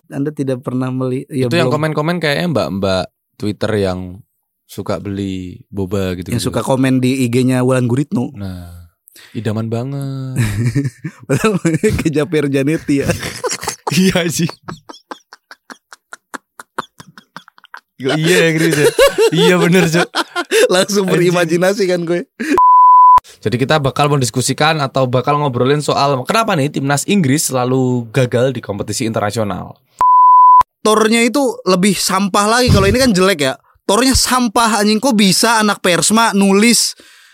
Anda tidak pernah ya itu belum. Yang komen-komen kayaknya mbak-mbak Twitter yang suka beli boba gitu. Yang suka komen di IG-nya Wulan Guritno. Nah, idaman banget. Padahal kejaper Janetti ya. Iya sih. Iya gitu. Iya bener Cok. Langsung berimajinasi kan gue. Jadi kita bakal mendiskusikan atau bakal ngobrolin soal kenapa nih timnas Inggris selalu gagal di kompetisi internasional. Tornya itu lebih sampah lagi. Kalau ini kan jelek ya. Tornya sampah anjing. Kok bisa anak Persma nulis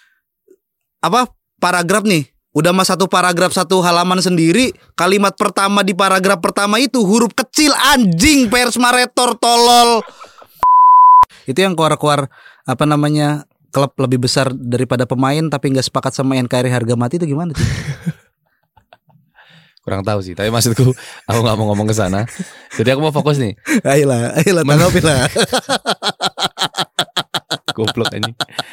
paragraf nih. Udah mah satu paragraf satu halaman sendiri. Kalimat pertama di paragraf pertama itu huruf kecil anjing. Persma Retor tolol. Itu yang keluar-keluar klub lebih besar daripada pemain tapi nggak sepakat sama NKRI harga mati itu gimana sih? Kurang tahu sih, tapi maksudku aku nggak mau ngomong ke sana. Jadi aku mau fokus nih. Ayolah tanggapin lah. Goblok ini.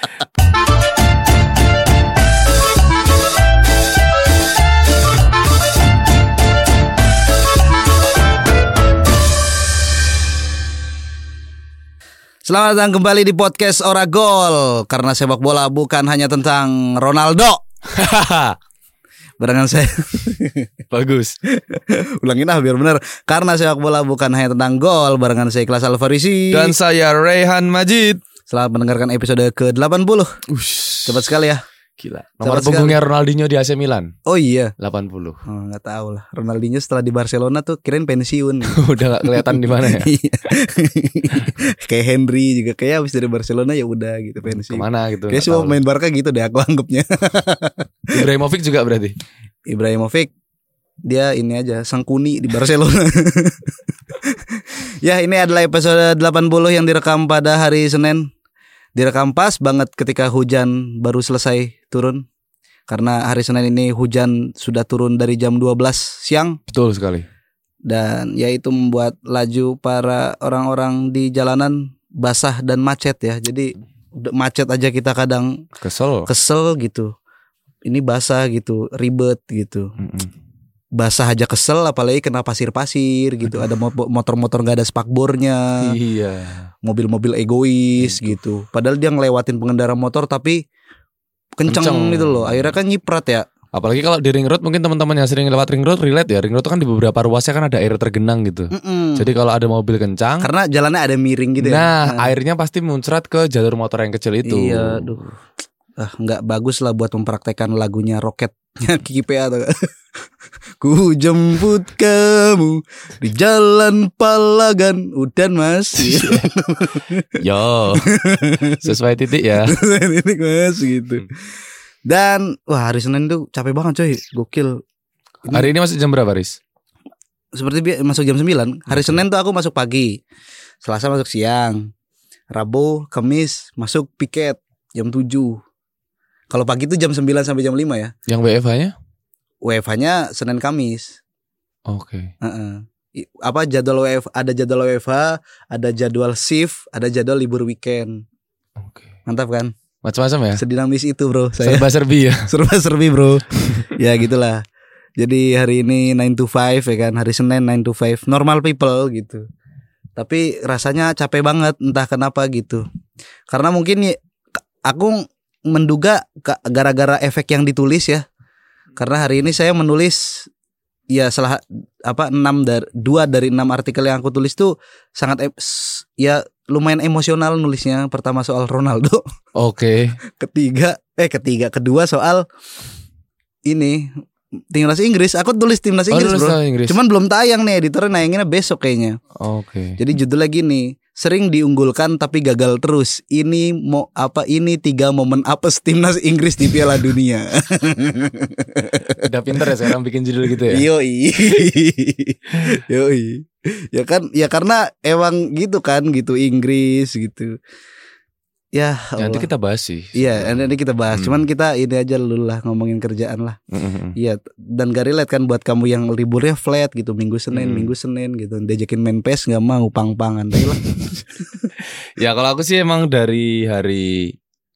Selamat datang kembali di podcast Ora Gol. Karena sepak bola bukan hanya tentang Ronaldo. Barengan saya. Bagus. Ulangin biar benar. Karena sepak bola bukan hanya tentang gol. Barengan saya Ikhlas Alfarisi. Dan saya Rehan Majid. Selamat mendengarkan episode ke-80. Cepat sekali ya. Gila. Nomor punggungnya Ronaldinho di AC Milan. Oh iya 80. Nggak tahu lah. Ronaldinho setelah di Barcelona tuh kirain pensiun. Udah gak kelihatan di mana ya. Kayak Henry juga kayak habis dari Barcelona ya udah gitu pensiun. Kemana gitu. Kayak semua main Barca gitu deh aku anggapnya. Ibrahimovic juga berarti. Ibrahimovic dia ini aja sang kuni di Barcelona. Ya ini adalah episode 80 yang direkam pada hari Senin. Direkam pas banget ketika hujan baru selesai turun. Karena hari Senin ini hujan sudah turun dari jam 12 siang. Betul sekali. Dan ya itu membuat laju para orang-orang di jalanan basah dan macet ya. Jadi macet aja kita kadang kesel gitu. Ini basah gitu, ribet gitu. Basah aja kesel, apalagi kena pasir-pasir gitu. Ada motor-motor gak ada spakbornya. Iya. Mobil-mobil egois gitu. Padahal dia ngelewatin pengendara motor tapi kenceng gitu loh. Akhirnya kan nyiprat ya. Apalagi kalau di ring road, mungkin teman-teman yang sering lewat ring road relate ya. Ring road kan di beberapa ruasnya kan ada air tergenang gitu. Jadi kalau ada mobil kencang, karena jalannya ada miring gitu ya. Nah airnya pasti muncrat ke jalur motor yang kecil itu. Iya, aduh. Nggak bagus lah buat mempraktekkan lagunya Rocketnya Kiki PA atau ku jemput kamu di jalan Palagan Udan mas. Yo sesuai titik ya. Sesuai titik mas gitu. Dan wah hari Senin tuh capek banget coy. Gokil. Hari ini masuk jam berapa Riz? Seperti masuk jam 9. Hari Senin tuh aku masuk pagi, Selasa masuk siang, Rabu, Kamis masuk piket jam 7. Kalau pagi itu jam 9 sampai jam 5 ya. Yang WFH-nya? WFH-nya Senin Kamis. Oke. Jadwal WFH, ada jadwal WFH, ada jadwal shift, ada jadwal libur weekend. Oke. Mantap kan? Macam-macam ya? Sedinamis itu bro saya. Serba-serbi ya? Serba-serbi bro. Ya gitulah. Jadi hari ini 9 to 5 ya kan. Hari Senin 9 to 5. Normal people gitu. Tapi rasanya capek banget entah kenapa gitu. Karena mungkin aku menduga gara-gara efek yang ditulis ya. Karena hari ini saya menulis ya 2 dari 6 artikel yang aku tulis tuh sangat ya lumayan emosional nulisnya. Pertama soal Ronaldo. Oke. Kedua soal ini timnas Inggris. Aku tulis timnas Inggris bro. Cuman belum tayang nih, editornya nayanginnya besok kayaknya. Oke. Jadi judulnya gini, sering diunggulkan tapi gagal terus. Ini 3 momen apes timnas Inggris di Piala Dunia. Udah pinter ya sekarang bikin judul gitu ya. Yoi. Ya kan, ya karena emang gitu kan gitu Inggris gitu. Ya Allah. Nanti kita bahas sih. Iya, nanti kita bahas. Cuman kita ini aja dulu lah ngomongin kerjaan lah. Iya, dan gak relate kan buat kamu yang liburnya flat gitu, minggu Senin gitu. Diajakin main PES enggak mau, pang-pangan lah. Ya kalau aku sih emang dari hari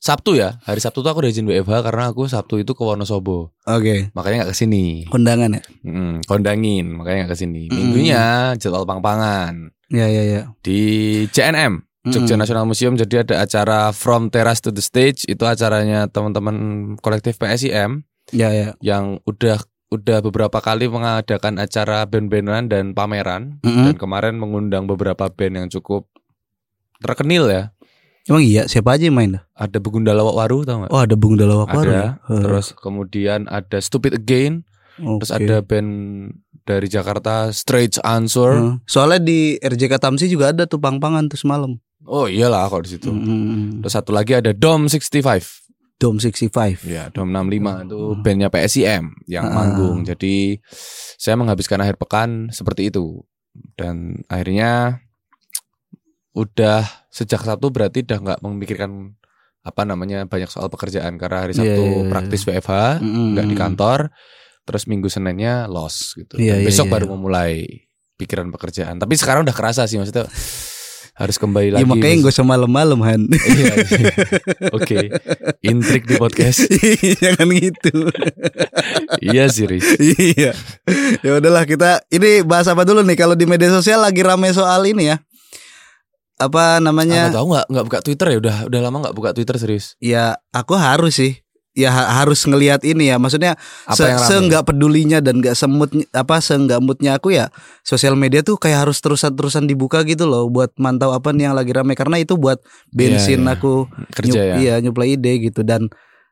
Sabtu ya. Hari Sabtu tuh aku udah izin WFH karena aku Sabtu itu ke Wonosobo. Oke. Makanya nggak kesini. Kondangan ya? Kondangin, makanya nggak kesini. Minggunya jadwal pang-pangan. Ya. Di JNM, Jogja National Museum. Jadi ada acara From Terrace to the Stage. Itu acaranya teman-teman kolektif PSIM. Ya. Yang udah beberapa kali mengadakan acara band-bandan dan pameran. Dan kemarin mengundang beberapa band yang cukup terkenal ya. Emang iya, siapa aja yang main? Ada Begunda Lawak Waru, tau gak? Oh, ada Begunda Lawak Waru. Ada. Terus kemudian ada Stupid Again. Terus ada band dari Jakarta, Strange Answer. Soalnya di RJK Tamsi juga ada tuh pang-pangan tuh semalam. Oh iyalah kalau di situ. Terus satu lagi ada Dom 65. Dom 65. Ya, Dom 65 itu bandnya PSIM yang manggung. Jadi saya menghabiskan akhir pekan seperti itu. Dan akhirnya udah sejak Sabtu berarti udah nggak memikirkan banyak soal pekerjaan karena hari Sabtu praktis WFH, nggak di kantor. Terus Minggu Seninnya los gitu. Besok baru memulai pikiran pekerjaan. Tapi sekarang udah kerasa sih, maksudnya harus kembali lagi. Ya makanya gak usah malam-malam Han. Iya. Oke. Intrik di podcast. Jangan gitu. Iya sih Riz. Iya. Ya udahlah, kita ini bahas apa dulu nih? Kalau di media sosial lagi rame soal ini ya. Apa namanya? Aku tahu nggak buka Twitter ya, udah lama nggak buka Twitter serius. Ya aku harus sih. Ya harus ngelihat ini ya. Maksudnya nggak pedulinya dan nggak nggak moodnya aku ya. Sosial media tuh kayak harus terusan dibuka gitu loh buat mantau apa nih yang lagi rame, karena itu buat bensin aku kerja nyuplai ide gitu. Dan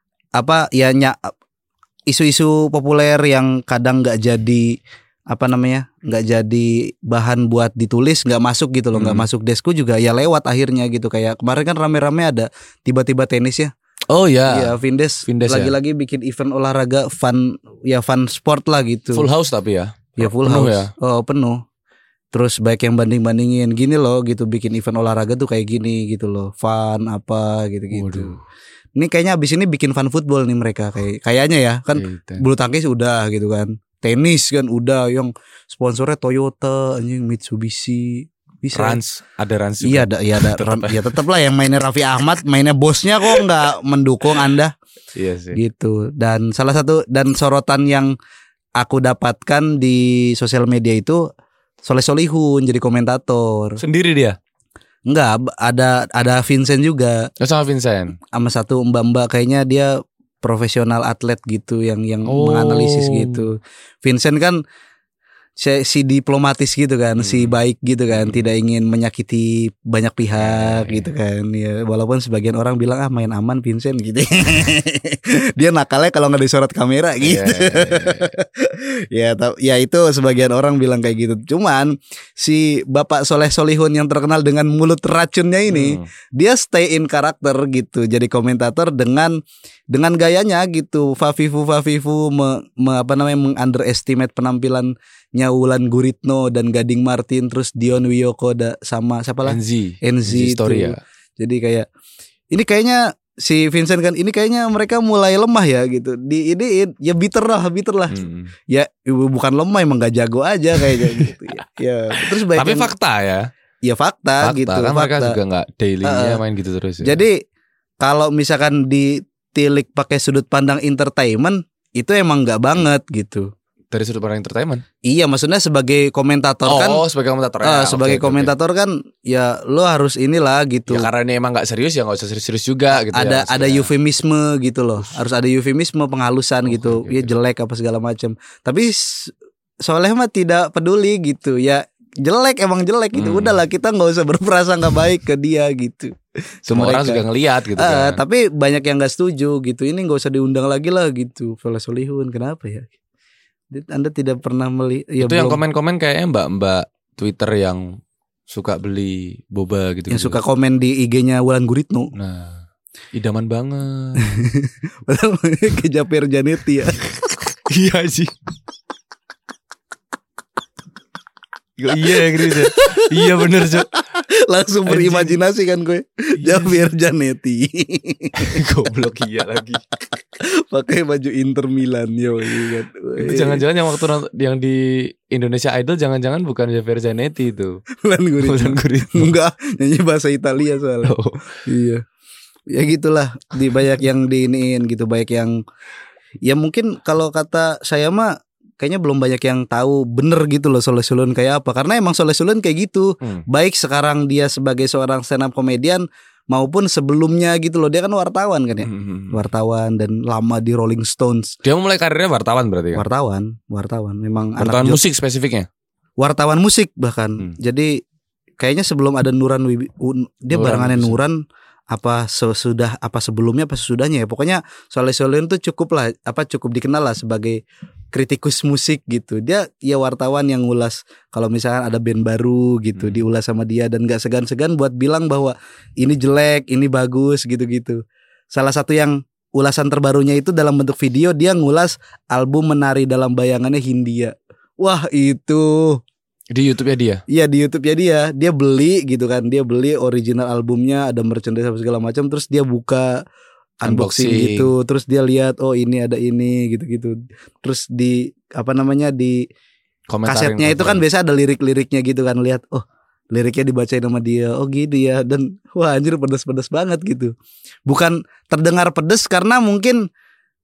isu-isu populer yang kadang nggak jadi nggak jadi bahan buat ditulis, nggak masuk gitu loh, nggak masuk desku juga ya lewat akhirnya gitu. Kayak kemarin kan rame-rame ada tiba-tiba tenis ya. Oh ya. Iya, Vindes lagi-lagi bikin event olahraga fun sport lah gitu. Full house tapi ya. Ya full penuh house. Ya? Oh penuh. Terus baik yang banding-bandingin gini loh gitu, bikin event olahraga tuh kayak gini gitu loh, fun apa gitu-gitu. Ini kayaknya abis ini bikin fun football nih mereka kayaknya ya kan. Bulu tangkis udah gitu kan. Tenis kan udah, yang sponsornya Toyota, anjing, Mitsubishi, bisa. Ada Rans juga. Iya ada. Ya tetap lah yang mainnya Raffi Ahmad, mainnya bosnya kok nggak mendukung Anda. Iya sih. Gitu. Dan salah satu sorotan yang aku dapatkan di sosial media itu Soleh Solihun jadi komentator. Sendiri dia? Enggak, ada Vincent juga. Sama Vincent. Sama satu mbak-mbak, kayaknya dia profesional atlet gitu yang menganalisis gitu. Vincent kan si diplomatis gitu kan, si baik gitu kan, tidak ingin menyakiti banyak pihak gitu kan. Ya walaupun sebagian orang bilang main aman Vincent gitu. Dia nakalnya kalau nggak disorot kamera gitu. Ya itu sebagian orang bilang kayak gitu. Cuman si Bapak Soleh Solihun yang terkenal dengan mulut racunnya ini, dia stay in karakter gitu. Jadi komentator dengan gayanya gitu. Fafifu mengunderestimate penampilannya Wulan Guritno dan Gading Martin, terus Dion Wiyoko sama siapa lah? Enzi Storia. Jadi kayak ini kayaknya si Vincent kan, ini kayaknya mereka mulai lemah ya gitu. Ini ya bitter lah. Ya bukan lemah, emang gak jago aja kayaknya gitu. Ya terus tapi fakta ya. Ya fakta gitu. Kan mereka juga gak daily-nya main gitu terus ya. Jadi kalau misalkan ditilik pakai sudut pandang entertainment, itu emang gak banget gitu. Dari sudut pandang entertainment? Iya, maksudnya sebagai komentator kan. Oh, sebagai komentator ya. Sebagai komentator kan ya lo harus inilah gitu. Ya karena ini emang gak serius ya gak usah serius-serius juga gitu. Ada eufemisme gitu loh. Harus ada eufemisme, penghalusan gitu. Ya jelek apa segala macam. Tapi Soleh mah tidak peduli gitu. Ya jelek emang jelek gitu. Udahlah, kita gak usah berprasangka baik ke dia gitu. Semua orang juga ngelihat gitu kan. Tapi banyak yang gak setuju gitu. Ini gak usah diundang lagi lah gitu. Soleh Solihun, kenapa ya? Anda tidak pernah melihat ya, itu belum. Yang komen-komen kayaknya mbak Twitter yang suka beli boba gitu. Yang suka komen di IG-nya Wulan Guritno. Nah, idaman banget. Padahal ke Japer Janetti ya. Iya sih. Iya Chris ya. Iya bener Cok. Langsung berimajinasi kan gue. Javier Janetti. Goblok iya lagi. Pakai baju Inter Milan yo kan. Itu jangan-jangan yang waktu yang di Indonesia Idol jangan-jangan bukan Javier Zanetti itu. Wulan Guritno. Enggak, nyanyi bahasa Italia soalnya. Iya. Ya gitulah, banyak yang diiniin gitu, banyak yang ya mungkin kalau kata saya mah kayaknya belum banyak yang tahu bener gitu loh Soleh Solihun kayak apa. Karena emang Soleh Solihun kayak gitu. Baik sekarang dia sebagai seorang stand up comedian maupun sebelumnya gitu loh. Dia kan wartawan kan ya. Wartawan dan lama di Rolling Stones. Dia mulai karirnya wartawan berarti kan? Wartawan. Memang wartawan anak musik spesifiknya. Wartawan musik bahkan. Jadi kayaknya sebelum ada Nuran dia barengannya Nuran apa sesudah apa sebelumnya apa sesudahnya ya. Pokoknya Soleh Solihun tuh cukup dikenal lah sebagai kritikus musik gitu. Dia ya wartawan yang ngulas kalau misalnya ada band baru gitu, diulas sama dia dan gak segan-segan buat bilang bahwa ini jelek, ini bagus gitu-gitu. Salah satu yang ulasan terbarunya itu dalam bentuk video, dia ngulas album Menari Dalam Bayangannya Hindia. Wah, itu di YouTube-nya dia? Iya, di YouTube-nya dia. Dia beli gitu kan. Dia beli original albumnya, ada merchandise segala macam, terus dia buka unboxing gitu, terus dia lihat oh ini ada ini gitu-gitu. Terus di di kasetnya itu kan biasa ada lirik-liriknya gitu kan, lihat oh liriknya dibacain sama dia, oh gitu ya. Dan wah anjir pedas-pedas banget gitu. Bukan terdengar pedas karena mungkin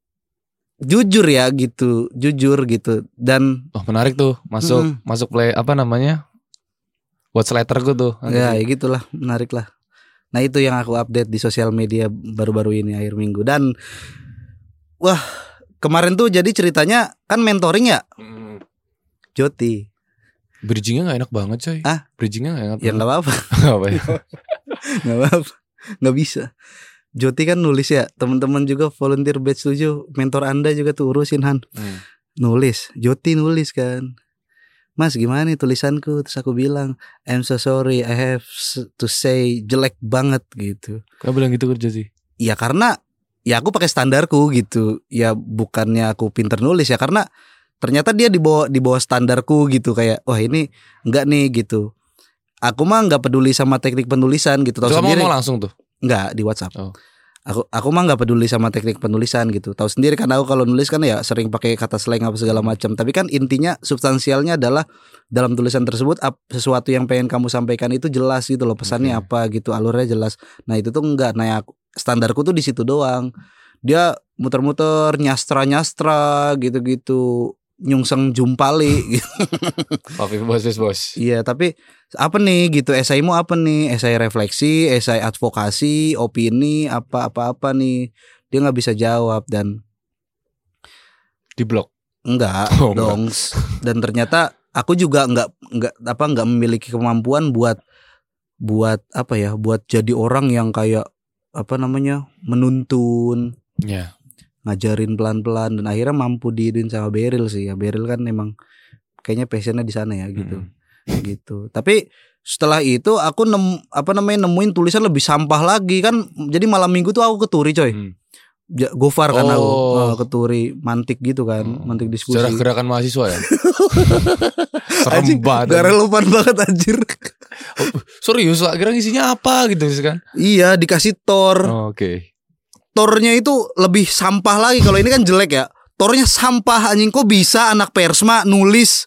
jujur gitu. Dan menarik tuh, masuk play watch letterku tuh. Ya gitulah, menarik lah. Nah itu yang aku update di sosial media baru-baru ini akhir minggu. Dan wah kemarin tuh jadi ceritanya kan mentoring ya, Joti. Bridgingnya gak enak banget coy. Bridgingnya gak enak. Ya gak apa-apa. Gak apa-apa, gak bisa. Joti kan nulis ya, teman-teman juga volunteer batch 7, mentor Anda juga tuh urusin Han. Nulis, Joti nulis kan, Mas gimana nih tulisanku? Terus aku bilang I'm so sorry, I have to say jelek banget gitu. Kamu bilang gitu kerja sih? Ya karena ya aku pakai standarku gitu. Ya bukannya aku pinter nulis ya, karena ternyata dia di bawah standarku gitu. Kayak wah ini enggak nih gitu. Aku mah enggak peduli sama teknik penulisan gitu. Tahu sendiri. Kamu mau langsung tuh? Enggak, di WhatsApp. Aku mah nggak peduli sama teknik penulisan gitu. Tahu sendiri kan aku kalau nulis kan ya sering pakai kata slang apa segala macam. Tapi kan intinya substansialnya adalah dalam tulisan tersebut sesuatu yang pengen kamu sampaikan itu jelas gitu loh, pesannya apa gitu, alurnya jelas. Nah itu tuh enggak. Nah standarku tuh di situ doang. Dia muter-muter nyastra gitu-gitu, nyungseng jumpali gitu. Bos. Iya, tapi apa nih gitu, esaimu apa nih? Esai refleksi, esai advokasi, opini, apa nih. Dia nggak bisa jawab dan di blok. Enggak dong. Dan ternyata aku juga nggak memiliki kemampuan buat jadi orang yang kayak menuntun. Yeah. Ngajarin pelan-pelan dan akhirnya mampu diidin sama Beril sih. Ya Beril kan emang kayaknya passionnya di sana ya gitu. Gitu. Tapi setelah itu aku nemuin tulisan lebih sampah lagi kan. Jadi malam minggu tuh aku ke Turi coy. Gofar kan aku ke Turi, mantik gitu kan, mantik diskusi. Sejarah gerakan mahasiswa ya. Serem banget. Gak relevan banget anjir. Serius lah, kira isinya apa gitu kan? Iya, dikasih tor. Oke. Tornya itu lebih sampah lagi. Kalau ini kan jelek ya. Tornya sampah anjing. Kok bisa anak persma nulis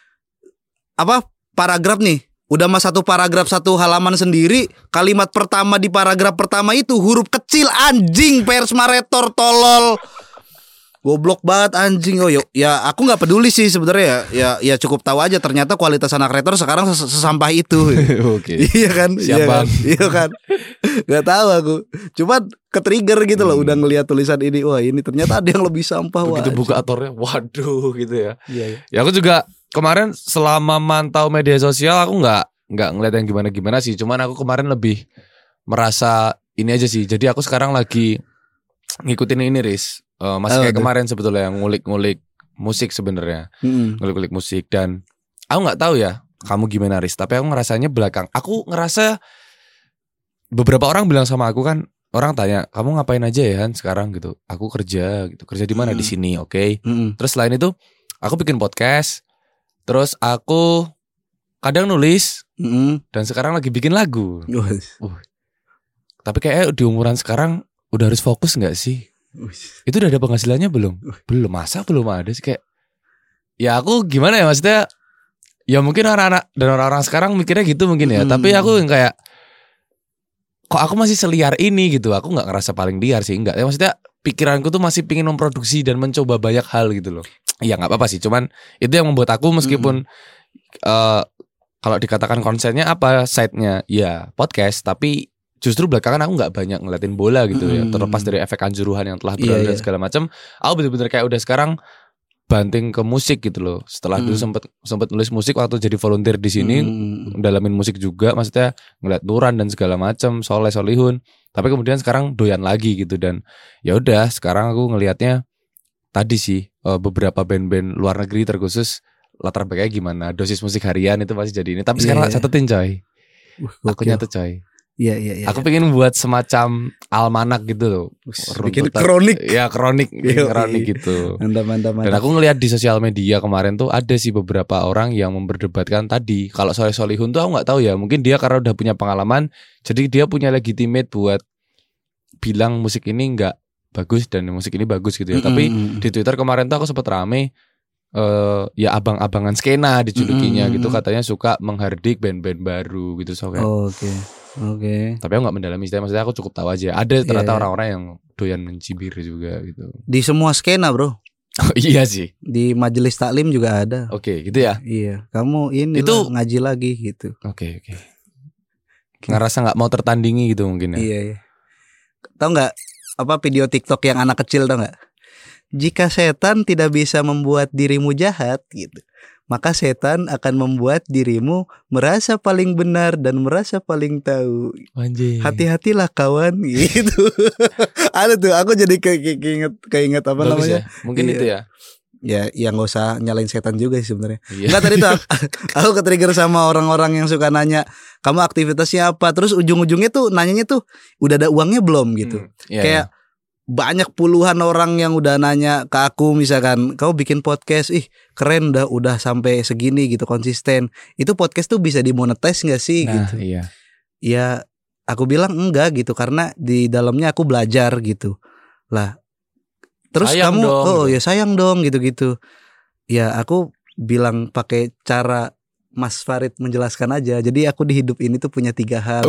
paragraf nih. Udah mah satu paragraf satu halaman sendiri. Kalimat pertama di paragraf pertama itu huruf kecil anjing, persma retor tolol. Goblok banget anjing. Oh ya aku nggak peduli sih sebenarnya ya cukup tahu aja ternyata kualitas anak retor sekarang sesampah itu. Oke. Iya kan? Siap bang. Iya kan? Gak tahu aku. Cuman ke-trigger gitu loh udah ngelihat tulisan ini. Wah, ini ternyata ada yang lebih sampah. Begitu buka atornya, waduh gitu ya. Iya. Ya aku juga kemarin selama mantau media sosial aku nggak ngeliat yang gimana sih. Cuman aku kemarin lebih merasa ini aja sih. Jadi aku sekarang lagi ngikutin ini Riz. Masih kayak kemarin sebetulnya yang ngulik-ngulik musik sebenarnya. Ngulik-ngulik musik dan aku nggak tahu ya kamu gimana Riz, tapi aku ngerasanya belakang. Aku ngerasa beberapa orang bilang sama aku kan, orang tanya kamu ngapain aja ya Han sekarang gitu. Aku kerja gitu. Kerja di mana? Di sini, oke. Terus selain itu aku bikin podcast. Terus aku kadang nulis dan sekarang lagi bikin lagu. Tapi kayak di umuran sekarang udah harus fokus nggak sih? Itu udah ada penghasilannya belum? Belum, masa belum ada sih kayak. Ya aku gimana ya maksudnya? Ya mungkin anak-anak dan orang-orang sekarang mikirnya gitu mungkin ya. Tapi aku yang kayak kok aku masih seliar ini gitu. Aku nggak ngerasa paling liar sih, enggak. Ya, maksudnya pikiranku tuh masih pingin memproduksi dan mencoba banyak hal gitu loh. Ya nggak apa-apa sih, cuman itu yang membuat aku meskipun kalau dikatakan konsennya apa side-nya ya podcast, tapi justru belakangan aku nggak banyak ngeliatin bola gitu ya. Terlepas dari efek kanjuruhan yang telah berlalu dan segala macam, aku bener-bener kayak udah sekarang banting ke musik gitu loh. Setelah dulu sempet nulis musik waktu jadi volunteer di sini, dalamin musik juga, maksudnya ngeliat Nuran dan segala macam, Solihun. Tapi kemudian sekarang doyan lagi gitu, dan ya udah sekarang aku ngelihatnya tadi sih beberapa band-band luar negeri terkhusus latar belakangnya gimana, dosis musik harian itu pasti jadi ini. Tapi sekarang catetin coy, aku nyatet coy. Iya. Aku pengen buat semacam almanak gitu loh. Bikin kronik. Ya kronik gitu. Mantap. Dan aku ngelihat di sosial media kemarin tuh ada sih beberapa orang yang memperdebatkan tadi. Kalau Solihun tuh aku nggak tahu ya. Mungkin dia karena udah punya pengalaman, jadi dia punya legitimate buat bilang musik ini nggak bagus dan musik ini bagus gitu ya. Tapi di Twitter kemarin tuh aku sempet rame. Ya abang-abangan skena dijulukinya gitu, katanya suka menghardik band-band baru gitu soalnya. Oke. Tapi aku gak mendalami istilah, maksudnya aku cukup tahu aja. Ada ternyata orang-orang yang doyan mencibir juga gitu. Di semua skena bro. Oh, iya sih. Di majelis taklim juga ada. Oke, gitu ya. Iya. Kamu ini itu ngaji lagi gitu. Oke. Ngerasa gak mau tertandingi gitu mungkin ya. Iya. Tahu gak apa video TikTok yang anak kecil, tau gak? Jika setan tidak bisa membuat dirimu jahat gitu, maka setan akan membuat dirimu merasa paling benar dan merasa paling tahu. Anjir. Hati-hatilah kawan gitu. Ada tuh, aku jadi keinget apa bagus namanya? Ya? Mungkin itu ya. Ya, yang gak usah nyalain setan juga sih sebenarnya. Iya. Enggak, tadi tuh aku ke-trigger sama orang-orang yang suka nanya, kamu aktivitasnya apa? Terus ujung-ujungnya tuh nanyanya tuh udah ada uangnya belum gitu. Kayak banyak puluhan orang yang udah nanya ke aku, misalkan kamu bikin podcast, keren, udah sampai segini gitu, konsisten. Itu podcast tuh bisa dimonetize nggak sih gitu? Iya. Ya aku bilang enggak gitu, karena di dalamnya aku belajar gitu. Lah terus sayang kamu dong, ya sayang dong gitu. Ya aku bilang pakai cara Mas Farid menjelaskan aja. Jadi aku di hidup ini tuh punya 3 hal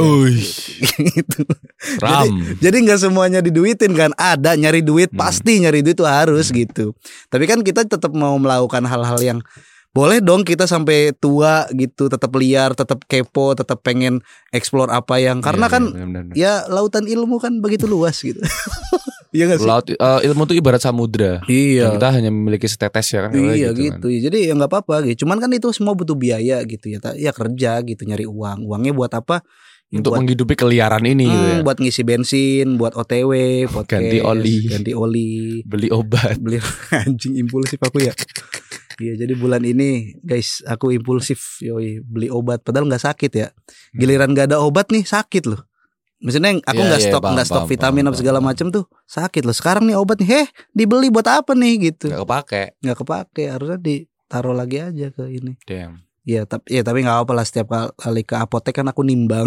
gitu. Jadi gak semuanya diduitin kan. Ada nyari duit, pasti nyari duit tuh harus gitu. Tapi kan kita tetap mau melakukan hal-hal yang boleh dong kita sampai tua gitu, tetap liar, tetap kepo, tetap pengen explore apa yang, karena bener. Ya lautan ilmu kan begitu luas gitu. Iya gak sih? Ilmu tuh ibarat samudra. Iya. Kita hanya memiliki setetes ya kan. Iya gitu. Kan. Jadi ya nggak apa-apa gitu. Cuman kan itu semua butuh biaya gitu ya. Ya kerja gitu, nyari uang. Uangnya buat apa? Ya untuk buat menghidupi keliaran ini gitu ya. Buat ngisi bensin, buat OTW, podcast, ganti oli, beli obat. Beli anjing impulsif aku ya. Iya, jadi bulan ini guys aku impulsif yoi, beli obat padahal nggak sakit ya. Giliran nggak ada obat nih sakit loh. Maksudnya aku nggak stok vitamin apa segala macam tuh sakit loh. Sekarang nih obat nih, dibeli buat apa nih gitu? Nggak kepake, harusnya ditaruh lagi aja ke ini. Damn. Ya tapi nggak apa lah, setiap kali ke apotek kan aku nimbang.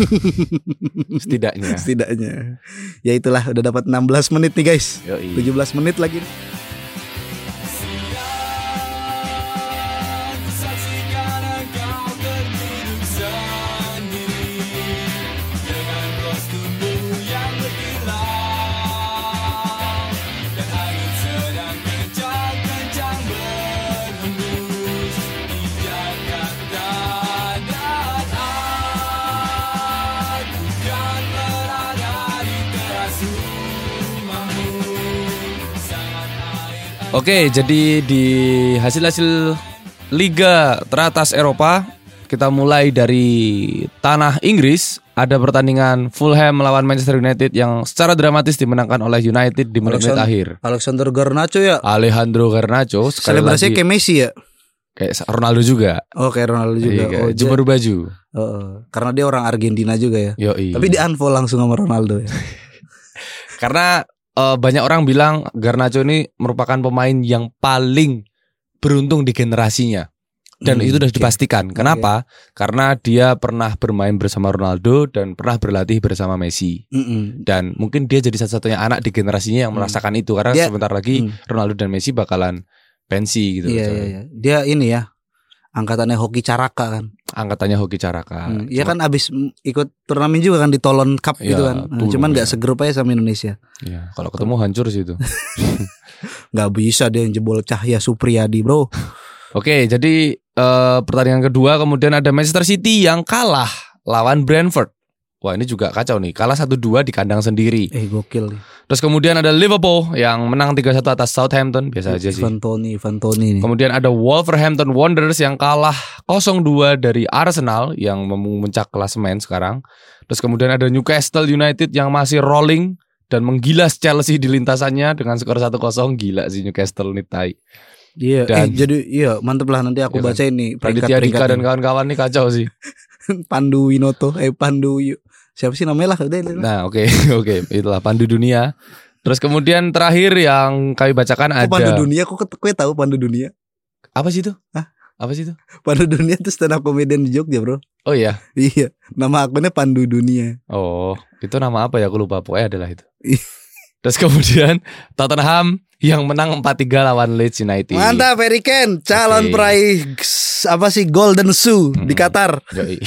Setidaknya. Ya itulah, udah dapat 16 menit nih guys. Yoi. 17 menit lagi. Oke, jadi di hasil-hasil Liga teratas Eropa, kita mulai dari tanah Inggris. Ada pertandingan Fulham melawan Manchester United yang secara dramatis dimenangkan oleh United di menit-menit akhir. Alejandro Garnacho selebrasinya kayak Messi ya? Kayak Ronaldo juga. Oh, kayak Ronaldo juga. Jemur baju. Karena dia orang Argentina juga ya. Yoi. Tapi di unfollow langsung sama Ronaldo ya. Karena banyak orang bilang Garnacho ini merupakan pemain yang paling beruntung di generasinya. Dan itu sudah dipastikan. Kenapa? Karena dia pernah bermain bersama Ronaldo dan pernah berlatih bersama Messi. Dan mungkin dia jadi satu-satunya anak di generasinya yang merasakan itu. Karena sebentar lagi Ronaldo dan Messi bakalan pensi gitu. Iya. Dia ini ya, angkatannya hoki caraka kan. angkatannya Hoki Caraka. Iya kan abis ikut turnamen juga kan di Toulon Cup gitu kan. Cuman gak segrup aja sama Indonesia. Iya, kalau ketemu hancur sih itu. Gak bisa dia yang jebol Cahya Supriyadi bro. Oke, jadi pertandingan kedua kemudian ada Manchester City yang kalah lawan Brentford. Wah, ini juga kacau nih. Kalah 1-2 di kandang sendiri. Gokil nih. Terus kemudian ada Liverpool yang menang 3-1 atas Southampton. Biasa aja sih. Ivan Toney nih. Kemudian ada Wolverhampton Wanderers yang kalah 0-2 dari Arsenal yang memuncak klasemen sekarang. Terus kemudian ada Newcastle United yang masih rolling dan menggilas Chelsea di lintasannya dengan skor 1-0. Gila sih Newcastle nih tai. Iya, jadi mantep lah, nanti aku baca ini Raditya Dika dan kawan-kawan nih kacau sih. Pandu Winoto, siapa sih namanya lah udah. Nah, oke, itulah Pandu Dunia. Terus kemudian terakhir yang kami bacakan ada Pandu Dunia, kok tahu Pandu Dunia? Apa sih itu? Hah? Apa sih itu? Pandu Dunia itu stand up comedian di Jogja, bro. Oh iya. Iya, nama akunnya Pandu Dunia. Oh, itu nama apa ya? Aku lupa, pokoknya adalah itu. Terus kemudian Tottenham yang menang 4-3 lawan Leeds United. Mantap, Harry Kane, calon peraih Golden Shoe di Qatar.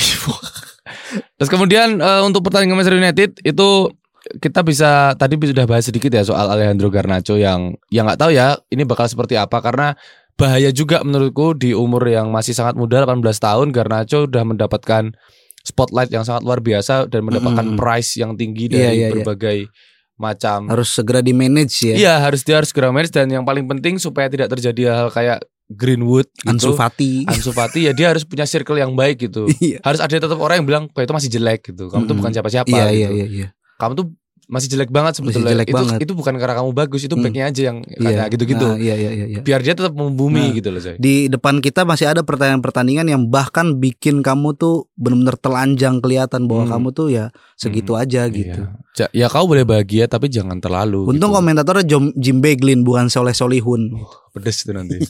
Terus kemudian untuk pertandingan Manchester United itu kita tadi sudah bahas sedikit ya soal Alejandro Garnacho yang nggak tahu ya ini bakal seperti apa, karena bahaya juga menurutku di umur yang masih sangat muda 18 tahun Garnacho udah mendapatkan spotlight yang sangat luar biasa dan mendapatkan prize yang tinggi dari berbagai macam. Harus segera di manage ya. Iya, harus segera manage, dan yang paling penting supaya tidak terjadi hal kayak Greenwood gitu, Ansu Fati ya dia harus punya circle yang baik gitu. Harus ada tetap orang yang bilang kok itu masih jelek gitu. Kamu tuh bukan siapa-siapa gitu. Iya. Kamu tuh masih jelek banget sebetulnya. Itu bukan karena kamu bagus, itu backnya aja yang kayak gitu-gitu. Iya. Biar dia tetap membumi gitu loh, Coy. Di depan kita masih ada pertandingan yang bahkan bikin kamu tuh benar-benar telanjang kelihatan bahwa kamu tuh ya segitu aja gitu. Ya kau boleh bahagia tapi jangan terlalu. Untung gitu. Komentatornya Jim Beglin bukan Soleh Solihun. Pedes itu nanti.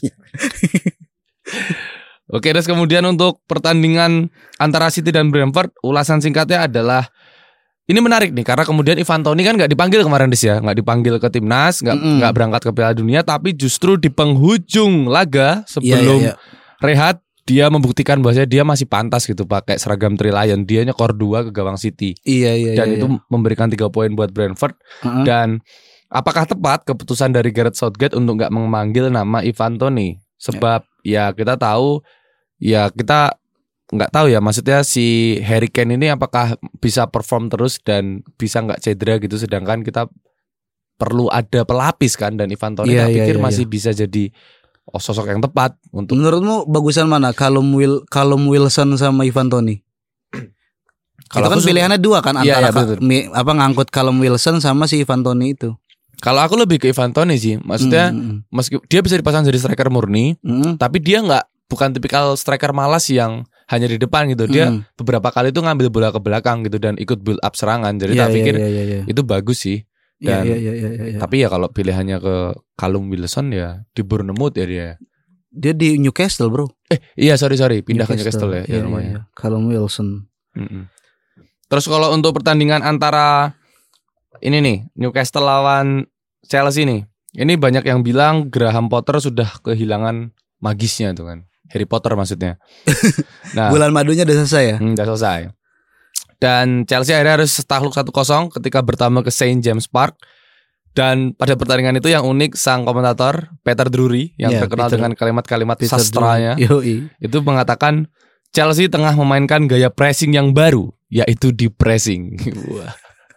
Oke, terus kemudian untuk pertandingan antara City dan Brentford, ulasan singkatnya adalah ini menarik nih karena kemudian Ivan Toney kan nggak dipanggil kemarin nggak dipanggil ke timnas, nggak berangkat ke Piala Dunia, tapi justru di penghujung laga sebelum rehat dia membuktikan bahwa dia masih pantas gitu pakai seragam Three Lion. Dia nyekor 2 ke gawang City. Dan itu memberikan 3 poin buat Brentford. Dan apakah tepat keputusan dari Gareth Southgate untuk nggak memanggil nama Ivan Toney? Sebab ya kita tahu kita nggak tahu ya, maksudnya si Harry Kane ini apakah bisa perform terus dan bisa nggak cedera gitu, sedangkan kita perlu ada pelapis kan, dan Ivan Toney pikir masih bisa jadi sosok yang tepat untuk. Menurutmu bagusan mana, Callum Wilson sama Ivan Toney? Kalau kan pilihannya 2 kan antara ngangkut Callum Wilson sama si Ivan Toney itu. Kalau aku lebih ke Ivan Toney sih, maksudnya meski dia bisa dipasang jadi striker murni, tapi dia bukan tipikal striker malas yang hanya di depan gitu. Dia beberapa kali itu ngambil bola ke belakang gitu dan ikut build up serangan. Jadi tak pikir itu bagus sih. Dan tapi ya kalau pilihannya ke Callum Wilson ya di Bournemouth ya dia. Dia di Newcastle, bro. Sorry pindah ke Newcastle ya. Iya. Callum Wilson. Terus kalau untuk pertandingan antara ini nih Newcastle lawan Chelsea nih, ini banyak yang bilang Graham Potter sudah kehilangan magisnya tuh kan. Harry Potter maksudnya. Nah, bulan madunya udah selesai ya? Udah selesai. Dan Chelsea akhirnya harus takluk 1-0 ketika bertamu ke St. James Park. Dan pada pertandingan itu yang unik, sang komentator Peter Drury yang terkenal dengan kalimat-kalimat sastranya itu mengatakan Chelsea tengah memainkan gaya pressing yang baru, yaitu deep pressing. Wah.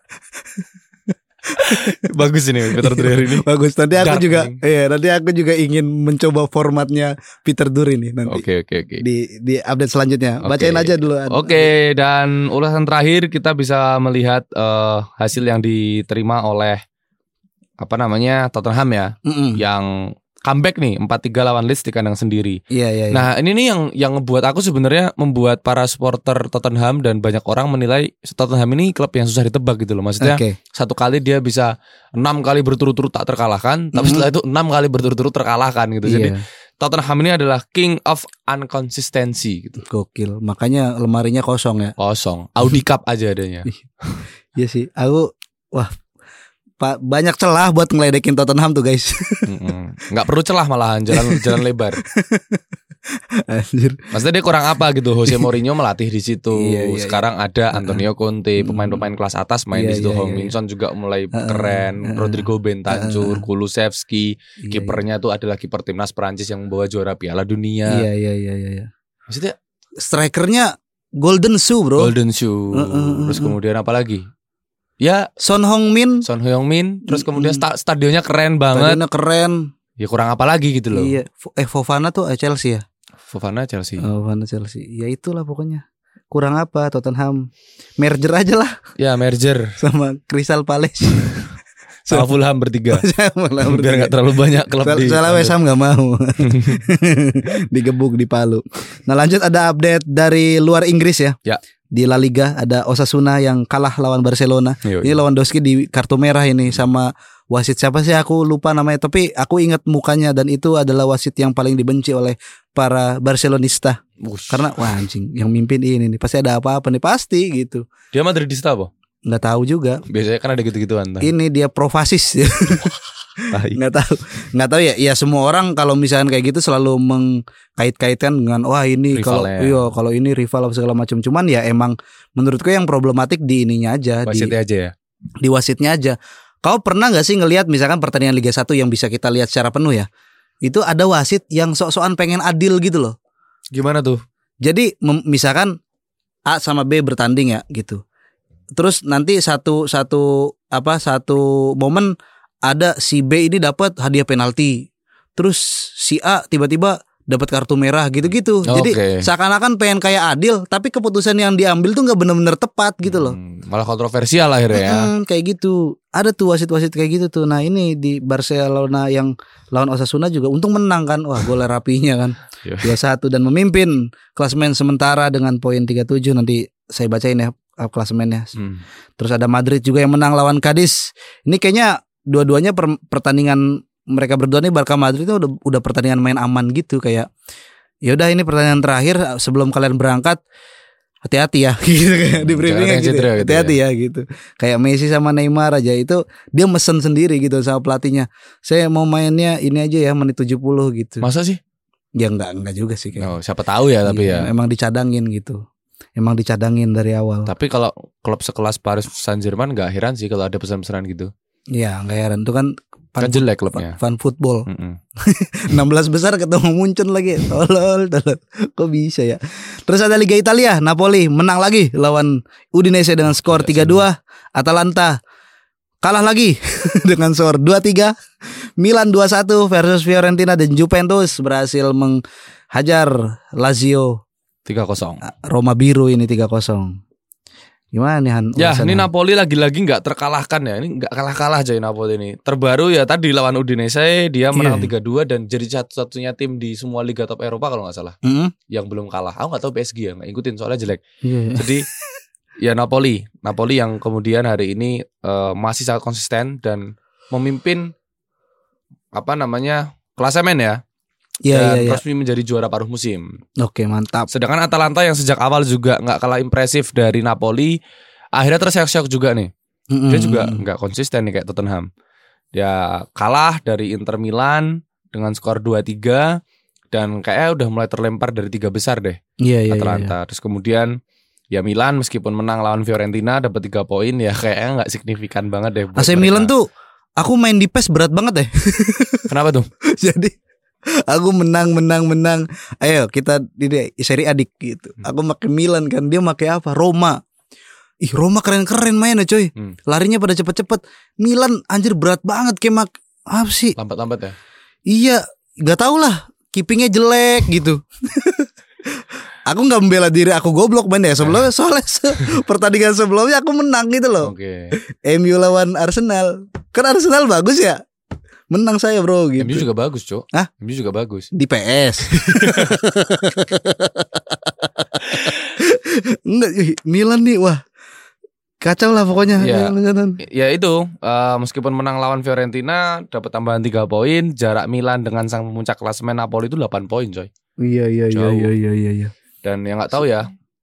Bagus ini Peter Drury ini. Bagus. Nanti aku juga ingin mencoba formatnya Peter Drury nih nanti. Oke. Di update selanjutnya. Bacain aja dulu. Oke, dan ulasan terakhir kita bisa melihat hasil yang diterima oleh Tottenham ya, yang comeback nih 4-3 lawan Leeds di kandang sendiri. Iya. Nah, ini nih yang ngebuat aku sebenarnya membuat para supporter Tottenham dan banyak orang menilai Tottenham ini klub yang susah ditebak gitu loh. Maksudnya satu kali dia bisa 6 kali berturut-turut tak terkalahkan, tapi setelah itu 6 kali berturut-turut terkalahkan gitu. Jadi Tottenham ini adalah king of inconsistency gitu. Gokil. Makanya lemarinya kosong ya. Kosong. Audi Cup aja adanya. Iya sih. Aku banyak celah buat ngeledekin Tottenham tuh guys. Nggak perlu celah malahan, jalan lebar. Anjir. Maksudnya dia kurang apa gitu? Jose Mourinho melatih di situ. Iya. Sekarang ada Antonio Conte, pemain-pemain kelas atas main di situ. Heung-min Son juga mulai keren. Rodrigo Bentancur, Kulusevski, kipernya tuh adalah kiper timnas Perancis yang membawa juara Piala Dunia. Iya. Maksudnya strikernya Golden Shoe, bro. Golden Shoe. Terus kemudian apa lagi? Ya Son Heung-min. Terus kemudian stadionnya keren banget. Stadionnya keren. Ya kurang apa lagi gitu loh. Iya. Fofana tuh Chelsea ya. Fofana Chelsea. Ya itulah pokoknya. Kurang apa Tottenham? Merger aja lah. Ya merger sama Crystal Palace. Sama Fulham bertiga. Biar gak terlalu banyak klub di. Salah West Ham gak mau. Digebuk di Palu. Nah lanjut ada update dari luar Inggris ya. Ya. Di La Liga ada Osasuna yang kalah lawan Barcelona. Ini Lewandowski di kartu merah ini sama wasit siapa sih aku lupa namanya, tapi aku ingat mukanya dan itu adalah wasit yang paling dibenci oleh para Barcelonista. Karena wah anjing yang mimpin ini nih pasti ada apa-apa nih pasti gitu. Dia Madridista apa? Nggak tahu juga. Biasanya kan ada gitu-gituan. Ini dia profasis ya. Nggak tahu ya. Ya semua orang kalau misalnya kayak gitu selalu mengkait-kaitkan dengan wah ini kalau ini rival segala macam. Cuman ya emang menurutku yang problematik di ininya aja, wasitnya aja ya. Di wasitnya aja. Kau pernah nggak sih ngelihat misalkan pertandingan Liga 1 yang bisa kita lihat secara penuh ya? Itu ada wasit yang sok-sokan pengen adil gitu loh. Gimana tuh? Jadi misalkan A sama B bertanding ya gitu. Terus nanti satu momen ada si B ini dapat hadiah penalti. Terus si A tiba-tiba dapat kartu merah gitu-gitu. Jadi seakan-akan pengen kayak adil, tapi keputusan yang diambil tuh nggak benar-benar tepat gitu loh. Malah kontroversial akhirnya ya. Kayak gitu. Ada tuh wasit-wasit kayak gitu tuh. Nah ini di Barcelona yang lawan Osasuna juga untung menang kan. Wah gol rapinya kan 2-1 dan memimpin klasemen sementara dengan poin 37. Nanti saya bacain ya klasemennya. Terus ada Madrid juga yang menang lawan Cadiz. Ini kayaknya dua-duanya pertandingan mereka berdua nih Barca Madrid itu udah pertandingan main aman gitu, kayak ya udah ini pertandingan terakhir sebelum kalian berangkat hati-hati ya gitu kayak di briefingnya gitu. Hati-hati ya gitu. Kayak Messi sama Neymar aja itu dia mesen sendiri gitu sama pelatihnya. Saya mau mainnya ini aja ya menit 70 gitu. Masa sih? Ya enggak juga sih kayak. Siapa tahu ya tapi ya. Emang dicadangin gitu. Emang dicadangin dari awal. Tapi kalau klub sekelas Paris Saint-Germain enggak heran sih kalau ada pesan-pesanan gitu. Iya, enggak heran. Itu kan jelek klubnya. Fan football. 16 besar ketemu Munchen lagi. Tolol. Kok bisa ya? Terus ada Liga Italia, Napoli menang lagi lawan Udinese dengan skor 3-2. Atalanta kalah lagi dengan skor 2-3. Milan 2-1 versus Fiorentina, dan Juventus berhasil menghajar Lazio 3-0. Roma biru ini 3-0. Gimana nih Han? Ya ini Napoli lagi-lagi gak terkalahkan ya. Ini gak kalah-kalah aja Napoli ini. Terbaru ya tadi lawan Udinese, dia menang 3-2 dan jadi satu-satunya tim di semua liga top Eropa kalau gak salah yang belum kalah. Aku gak tahu PSG ya, gak ikutin soalnya jelek. Jadi ya Napoli yang kemudian hari ini masih sangat konsisten dan memimpin klasemen ya. Dan resmi menjadi juara paruh musim. Oke, mantap. Sedangkan Atalanta yang sejak awal juga gak kalah impresif dari Napoli, akhirnya terseok-seok juga nih. Dia juga gak konsisten nih kayak Tottenham. Dia kalah dari Inter Milan dengan skor 2-3 dan kayaknya udah mulai terlempar dari 3 besar deh Atalanta. Terus kemudian ya Milan meskipun menang lawan Fiorentina dapat 3 poin, ya kayaknya gak signifikan banget deh. AC Milan tuh aku main di PES berat banget deh. Kenapa tuh? Jadi aku menang. Ayo kita di seri adik gitu. Aku pakai Milan kan, dia pakai apa? Roma. Ih, Roma keren-keren mainnya coy. Larinya pada cepet-cepet. Milan anjir berat banget kayak apa sih? Lambat-lambat ya? Iya, enggak tahu lah. Keepingnya jelek gitu. Aku nggak membela diri aku goblok main ya. Sebelumnya soalnya pertandingan sebelumnya aku menang gitu loh. MU lawan Arsenal. Kan Arsenal bagus ya. Menang saya bro gitu. MU juga bagus Cok. Hah? MU juga bagus. Di PS. Enggak, Milan nih wah kacau lah pokoknya. Ya itu meskipun menang lawan Fiorentina dapat tambahan 3 poin. Jarak Milan dengan sang pemuncak klasemen Napoli itu 8 poin coy. Iya. Dan yang nggak tahu ya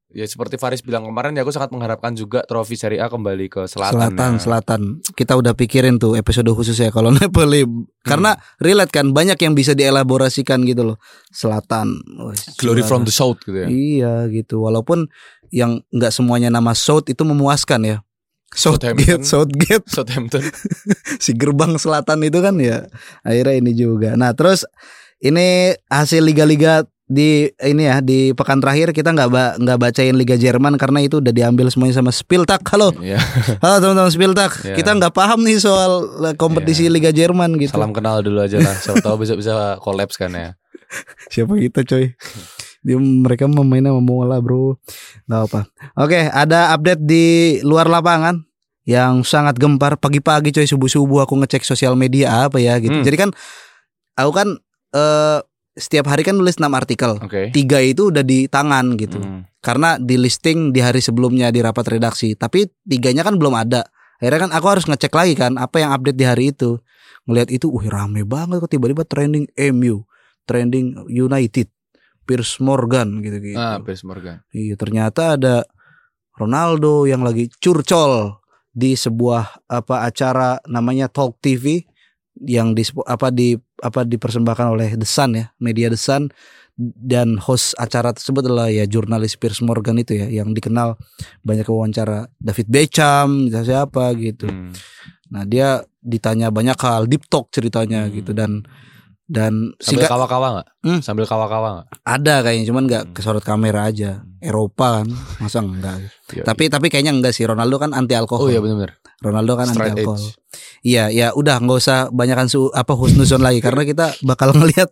Ya seperti Faris bilang kemarin ya, aku sangat mengharapkan juga trofi Serie A kembali ke selatan. Selatan. Kita udah pikirin tuh episode khusus ya kalau Napoli. Karena relate kan, banyak yang bisa dielaborasikan gitu loh. Selatan. Glory from the South gitu ya. Iya gitu. Walaupun yang nggak semuanya nama South itu memuaskan ya. Southampton. Si gerbang selatan itu kan ya akhirnya ini juga. Nah terus ini hasil liga-liga di ini ya, di pekan terakhir kita nggak bacain Liga Jerman karena itu udah diambil semuanya sama Spieltag. Halo teman-teman Spieltag, kita nggak paham nih soal kompetisi Liga Jerman gitu. Salam kenal dulu aja lah, siapa tahu bisa collapse kan ya. Siapa kita coy? Mereka memainnya memula bro, nggak apa. Oke, ada update di luar lapangan yang sangat gempar pagi-pagi coy, subuh-subuh aku ngecek sosial media apa ya gitu. Jadi kan aku kan setiap hari kan nulis 6 artikel, 3 itu udah di tangan gitu. Karena di listing di hari sebelumnya di rapat redaksi, tapi 3-nya kan belum ada. Akhirnya kan aku harus ngecek lagi kan apa yang update di hari itu. Ngelihat itu, rame banget kok, tiba-tiba trending MU, trending United, Piers Morgan gitu-gitu. Piers Morgan. Iya, ternyata ada Ronaldo yang lagi curcol di sebuah acara namanya Talk TV yang dipersembahkan oleh The Sun ya, media The Sun, dan host acara tersebut adalah ya jurnalis Piers Morgan itu ya, yang dikenal banyak wawancara David Beckham, siapa gitu. Nah dia ditanya banyak hal, deep talk ceritanya gitu, dan sambil kawa-kawa nggak? Sambil kawa-kawa nggak? Ada kayaknya, cuman nggak kesorot kamera aja. Eropa kan, masa enggak? Tapi kayaknya enggak sih. Ronaldo kan anti alkohol. Oh iya benar. Ronaldo kan anti alkohol. Iya, ya udah nggak usah banyakan husnuzon lagi karena kita bakal ngelihat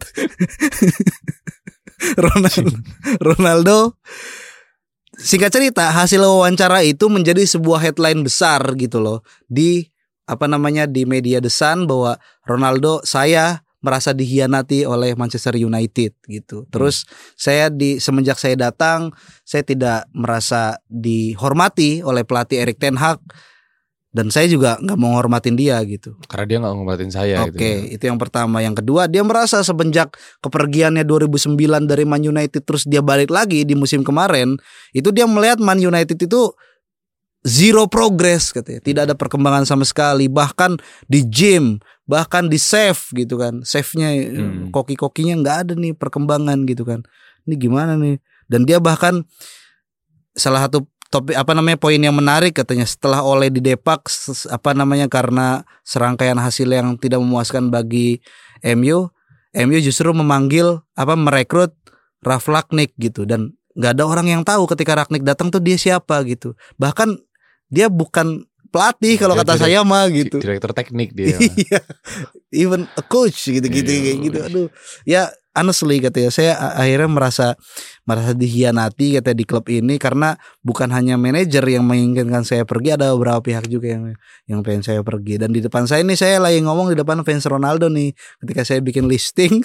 Ronaldo. Singkat cerita, hasil wawancara itu menjadi sebuah headline besar gitu loh di di media The Sun, bahwa Ronaldo, saya merasa dikhianati oleh Manchester United gitu. Terus semenjak saya datang, saya tidak merasa dihormati oleh pelatih Erik ten Hag, dan saya juga nggak mau ngormatin dia gitu. Karena dia nggak ngormatin saya. Oke, itu yang pertama. Yang kedua, dia merasa semenjak kepergiannya 2009 dari Man United, terus dia balik lagi di musim kemarin, itu dia melihat Man United itu zero progress katanya. Tidak ada perkembangan sama sekali. Bahkan di gym, bahkan di save gitu kan. Save-nya koki-kokinya nggak ada nih perkembangan gitu kan. Ini gimana nih? Dan dia bahkan salah satu topik poin yang menarik katanya, setelah Ole didepak karena serangkaian hasil yang tidak memuaskan bagi MU justru merekrut Ralf Rangnick gitu, dan nggak ada orang yang tahu ketika Rangnick datang tuh dia siapa gitu. Bahkan dia bukan pelatih kalau kata saya mah gitu. Direktur teknik dia. Even a coach gitu-gitu kayak gitu. Aduh. Ya honestly katanya, saya akhirnya merasa dikhianati katanya di klub ini, karena bukan hanya manajer yang menginginkan saya pergi, ada beberapa pihak juga yang pengen saya pergi. Dan di depan saya ini, saya lagi ngomong di depan fans Ronaldo nih, ketika saya bikin listing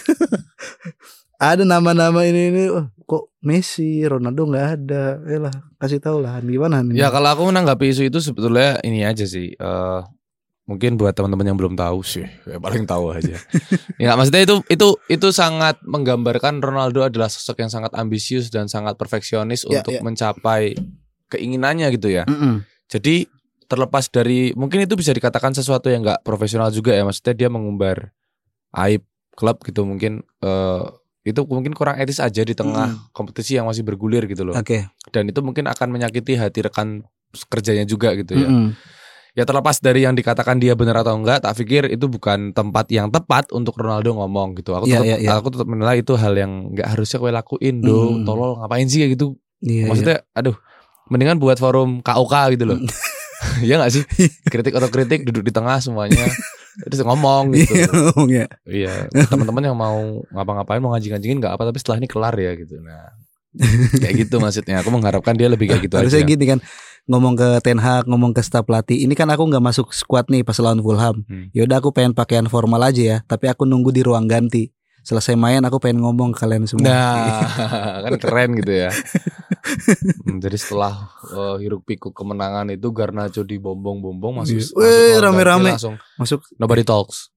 ada nama-nama ini kok Messi, Ronaldo nggak ada. Lah kasih tahu lah gimana nih. Ya kalau aku menanggapi isu itu sebetulnya ini aja sih. Mungkin buat teman-teman yang belum tahu sih, ya paling tahu aja. Ya maksudnya itu sangat menggambarkan Ronaldo adalah sosok yang sangat ambisius dan sangat perfeksionis untuk mencapai keinginannya gitu ya. Jadi terlepas dari, mungkin itu bisa dikatakan sesuatu yang nggak profesional juga ya. Maksudnya dia mengumbar aib klub gitu, mungkin itu mungkin kurang etis aja di tengah kompetisi yang masih bergulir gitu loh. Dan itu mungkin akan menyakiti hati rekan kerjanya juga gitu ya. Ya terlepas dari yang dikatakan dia benar atau enggak, tak pikir itu bukan tempat yang tepat untuk Ronaldo ngomong gitu. Aku tetap menilai itu hal yang nggak harusnya kowe lakuin tolol, ngapain sih kayak gitu. Maksudnya aduh, mendingan buat forum KOK gitu loh. Ya nggak sih, kritik atau kritik duduk di tengah semuanya terus ngomong gitu. Iya, teman-teman yang mau ngapa-ngapain, mau ngajing-ngajingin nggak apa, tapi setelah ini kelar ya gitu. Nah kayak gitu maksudnya. Aku mengharapkan dia lebih kayak gitu harusnya aja. Gini kan, ngomong ke Ten Hag, ngomong ke staf pelatih, ini kan aku nggak masuk squad nih pas lawan Fulham. Yaudah aku pengen pakaian formal aja ya, tapi aku nunggu di ruang ganti. Selesai main aku pengen ngomong ke kalian semua. Nah kan keren gitu ya. Jadi setelah hiruk pikuk kemenangan itu, Garnacho dibombong-bombong masuk rame-rame langsung masuk. Nobody talks,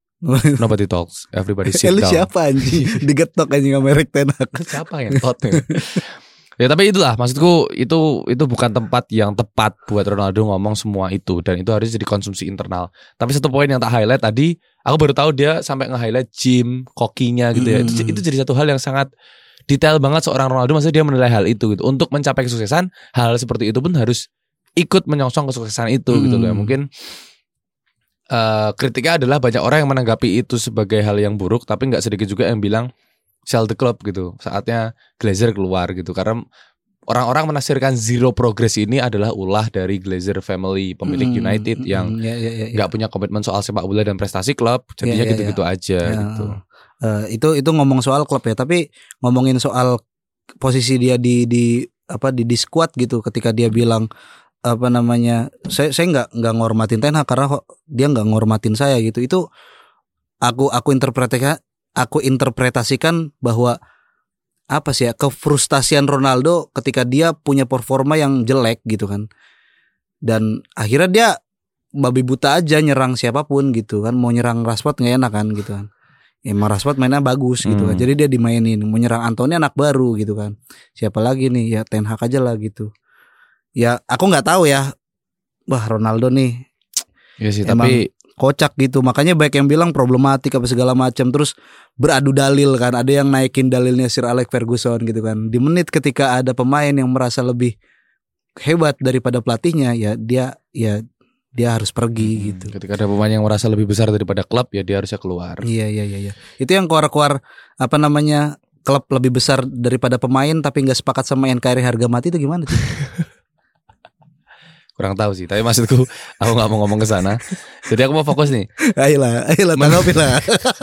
everybody sit Lu down. siapa anjing? Digetok anjing sama Erik ten Hag. Siapa yang tot nih? Ya tapi itulah maksudku, itu bukan tempat yang tepat buat Ronaldo ngomong semua itu, dan itu harus jadi konsumsi internal. Tapi satu poin yang tak highlight tadi, aku baru tahu dia sampai nge-highlight gym, kokinya gitu ya. Itu jadi satu hal yang sangat detail banget seorang Ronaldo, maksudnya dia menilai hal itu gitu. Untuk mencapai kesuksesan, hal seperti itu pun harus ikut menyongsong kesuksesan itu gitu loh. Mungkin kritiknya adalah banyak orang yang menanggapi itu sebagai hal yang buruk, tapi nggak sedikit juga yang bilang sell the club gitu. Saatnya Glazer keluar gitu. Karena orang-orang menafsirkan zero progress ini adalah ulah dari Glazer family, pemilik United yang nggak punya komitmen soal sepak bola dan prestasi klub. Jadinya gitu-gitu aja gitu. Itu ngomong soal klub ya, tapi ngomongin soal posisi dia di squad gitu, ketika dia bilang apa namanya, saya nggak ngormatin Ten Hag karena dia nggak ngormatin saya gitu. Itu aku interpretasikan bahwa apa sih ya, kefrustasian Ronaldo ketika dia punya performa yang jelek gitu kan, dan akhirnya dia babi buta aja nyerang siapapun gitu kan. Mau nyerang Rashford nggak enak kan gitu kan, emang Rashford mainnya bagus gitu kan, jadi dia dimainin. Mau nyerang Antony anak baru gitu kan, siapa lagi nih ya, Ten Hag aja lah gitu. Ya aku nggak tahu ya, wah Ronaldo nih ya sih, emang tapi kocak gitu. Makanya banyak yang bilang problematik apa segala macam, terus beradu dalil kan. Ada yang naikin dalilnya Sir Alex Ferguson gitu kan. Di menit ketika ada pemain yang merasa lebih hebat daripada pelatihnya, ya dia harus pergi gitu. Ketika ada pemain yang merasa lebih besar daripada klub, ya dia harusnya keluar. Iya. Itu yang keluar apa namanya, klub lebih besar daripada pemain tapi nggak sepakat sama NKRI harga mati, itu gimana sih? Kurang tahu sih, tapi maksudku aku nggak mau ngomong ke sana. Jadi aku mau fokus nih. Ayolah tanggapin lah.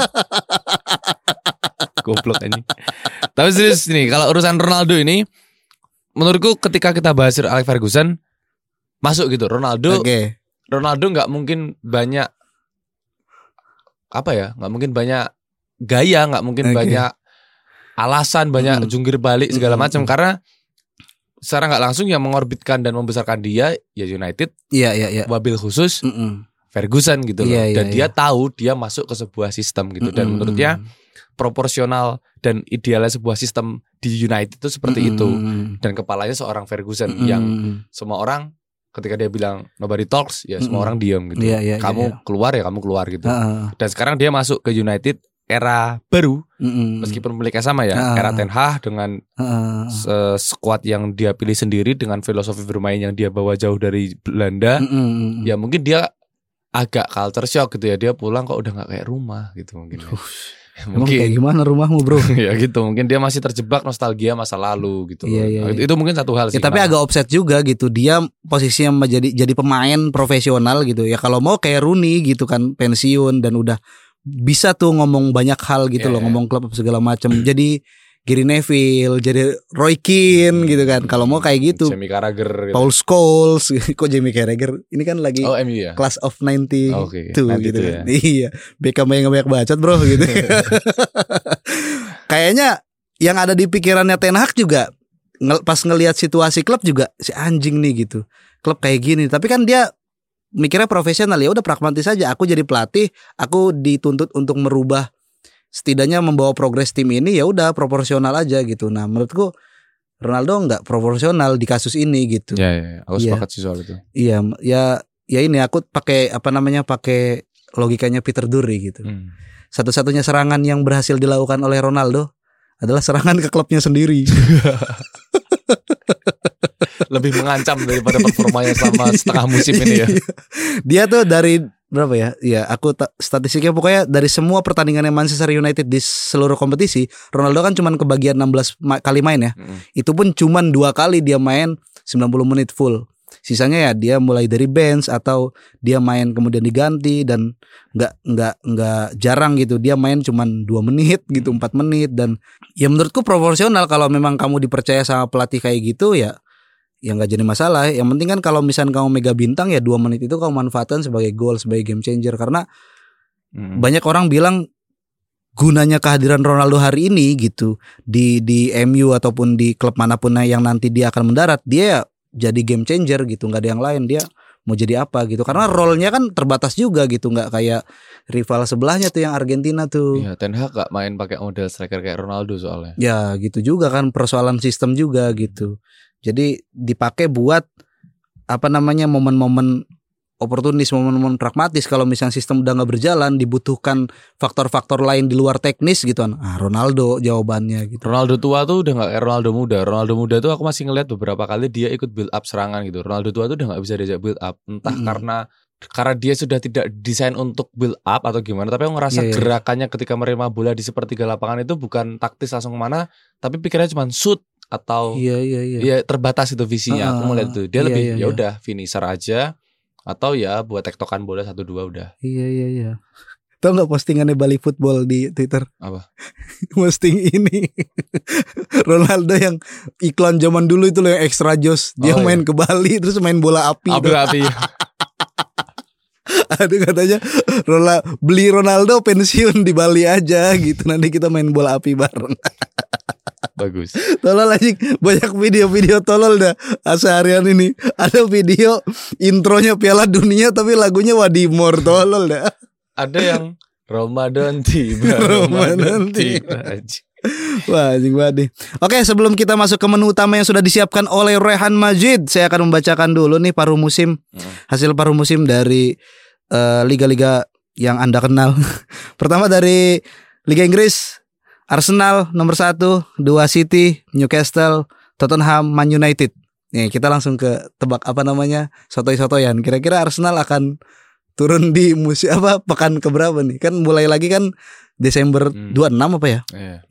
Goblok ini. Tapi serius nih, kalau urusan Ronaldo ini, menurutku ketika kita bahas Sir Alex Ferguson masuk gitu. Ronaldo nggak mungkin banyak apa ya, nggak mungkin banyak gaya, nggak mungkin banyak alasan, banyak jungkir balik segala macam, karena secara nggak langsung yang mengorbitkan dan membesarkan dia ya United, wabil khusus Ferguson gitu loh. Dan dia tahu dia masuk ke sebuah sistem gitu, dan menurutnya proporsional dan idealnya sebuah sistem di United itu seperti itu. Dan kepalanya seorang Ferguson yang semua orang ketika dia bilang nobody talks, ya semua orang diam gitu. Kamu keluar ya kamu keluar gitu. Dan sekarang dia masuk ke United era baru, meskipun pemiliknya sama ya, era Ten Hag dengan skuad yang dia pilih sendiri, dengan filosofi bermain yang dia bawa jauh dari Belanda. Ya mungkin dia agak culture shock gitu ya, dia pulang kok udah nggak kayak rumah gitu mungkin. Emang kayak gimana rumahmu bro? Ya gitu, mungkin dia masih terjebak nostalgia masa lalu gitu. Itu mungkin satu hal sih. Tapi agak offset juga gitu, dia posisinya jadi pemain profesional gitu ya. Kalau mau kayak Rooney gitu kan, pensiun dan udah bisa tuh ngomong banyak hal gitu loh, ngomong klub segala macam. Jadi Gary Neville, jadi Roy Keane gitu kan. Kalau mau kayak gitu, Jamie Carragher gitu. Paul Scholes. Kok Jamie Carragher? Ini kan lagi MU ya? Class of 92 gitu ya. kan. Iya, Beckham yang banyak bacot bro gitu. Kayaknya yang ada di pikirannya Ten Hag juga pas ngelihat situasi klub juga, si anjing nih gitu, klub kayak gini. Tapi kan dia mikirnya profesional, ya udah pragmatis aja. Aku jadi pelatih, aku dituntut untuk merubah, setidaknya membawa progres tim ini, ya udah proporsional aja gitu. Nah menurutku Ronaldo nggak proporsional di kasus ini gitu. Ya, aku sepakat sih soal itu. Iya, ya ini aku pakai pakai logikanya Peter Drury gitu. Satu-satunya serangan yang berhasil dilakukan oleh Ronaldo adalah serangan ke klubnya sendiri. Lebih mengancam daripada performanya selama setengah musim ini ya. Dia tuh dari berapa ya? Ya aku statistiknya pokoknya dari semua pertandingan Manchester United di seluruh kompetisi, Ronaldo kan cuman kebagian 16 kali main ya. Itu pun cuman 2 kali dia main 90 menit full. Sisanya ya dia mulai dari bench atau dia main kemudian diganti, dan nggak jarang gitu dia main cuman 2 menit gitu, 4 menit. Dan ya menurutku proporsional. Kalau memang kamu dipercaya sama pelatih kayak gitu, ya nggak jadi masalah. Yang penting kan kalau misalnya kamu mega bintang, ya 2 menit itu kamu manfaatkan sebagai goal, sebagai game changer. Karena banyak orang bilang gunanya kehadiran Ronaldo hari ini gitu di MU ataupun di klub manapun yang nanti dia akan mendarat, dia jadi game changer gitu, nggak ada yang lain. Dia mau jadi apa gitu. Karena role-nya kan terbatas juga gitu, nggak kayak rival sebelahnya tuh yang Argentina tuh. Iya, Ten Hag gak main pakai model striker kayak Ronaldo soalnya. Ya gitu juga kan, persoalan sistem juga gitu. Jadi dipakai buat apa namanya, momen-momen oportunis, momen-momen pragmatis. Kalau misalnya sistem udah nggak berjalan, dibutuhkan faktor-faktor lain di luar teknis gitu kan. Ronaldo jawabannya gitu. Ronaldo tua tuh udah nggak kayak Ronaldo muda. Ronaldo muda tuh aku masih ngeliat beberapa kali dia ikut build up serangan gitu. Ronaldo tua tuh udah nggak bisa diajak build up. Entah karena dia sudah tidak desain untuk build up atau gimana. Tapi aku ngerasa gerakannya ketika menerima bola di sepertiga lapangan itu bukan taktis langsung kemana, tapi pikirnya cuma shoot atau ya terbatas itu visinya. Aku melihat itu dia lebih ya udah finisher aja. Atau ya buat tektokan bola 1-2 udah. Iya. Tahu nggak postingannya Bali Football di Twitter? Apa? Posting ini Ronaldo yang iklan zaman dulu itu loh, yang extra joss. Dia main ke Bali terus main bola api. Api. Ada katanya beli Ronaldo pensiun di Bali aja gitu. Nanti kita main bola api bareng. Bagus. Tolol anjing, banyak video-video tolol dah seharian ini. Ada video intronya Piala Dunia tapi lagunya Wadimor, tolol dah. Ada yang Ramadan tiba. Wah, anjing banget. Oke, sebelum kita masuk ke menu utama yang sudah disiapkan oleh Rehan Majid, saya akan membacakan dulu nih paruh musim. Hasil paruh musim dari liga-liga yang Anda kenal. Pertama dari Liga Inggris, Arsenal nomor 1, 2 City, Newcastle, Tottenham, Man United. Nih, kita langsung ke tebak apa namanya, sotoy-sotoyan. Kira-kira Arsenal akan turun di pekan keberapa nih? Kan mulai lagi kan Desember 26 apa ya?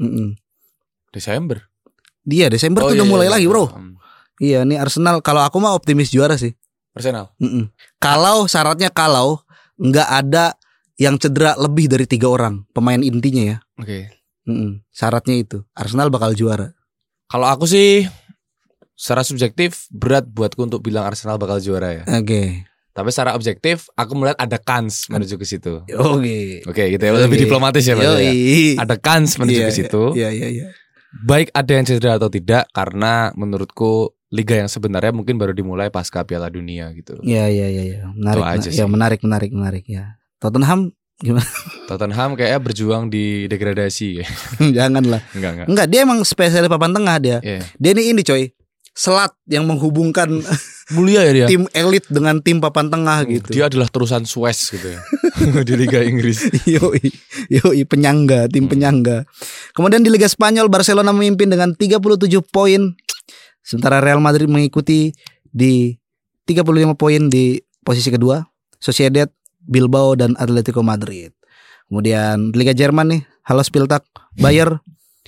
Desember. Dia Desember tuh udah mulai lagi, bro. Iya, nih Arsenal kalau aku mah optimis juara sih. Arsenal. Kalau syaratnya kalau nggak ada yang cedera lebih dari 3 orang pemain intinya ya. Oke. Syaratnya itu Arsenal bakal juara. Kalau aku sih secara subjektif berat buatku untuk bilang Arsenal bakal juara ya. Oke. Tapi secara objektif aku melihat ada kans menuju ke situ. Oke, gitu ya. Lebih diplomatis ya, Pak. Ada kans menuju ke situ. Iya. Baik ada yang cedera atau tidak, karena menurutku liga yang sebenarnya mungkin baru dimulai pasca Piala Dunia gitu. Iya. Menarik ya. Tottenham gimana? Tottenham kayaknya berjuang di degradasi. Janganlah. Enggak, dia emang spesialis papan tengah dia. Dia ini coy, selat yang menghubungkan mulia ya dia. Tim elit dengan tim papan tengah gitu. Dia adalah terusan Suez gitu ya. Di Liga Inggris. Yoi, penyangga, tim penyangga. Kemudian di Liga Spanyol, Barcelona memimpin dengan 37 poin. Sementara Real Madrid mengikuti di 35 poin di posisi kedua. Sociedad, Bilbao dan Atletico Madrid. Kemudian Liga Jerman nih, halo Spieltag, Bayer,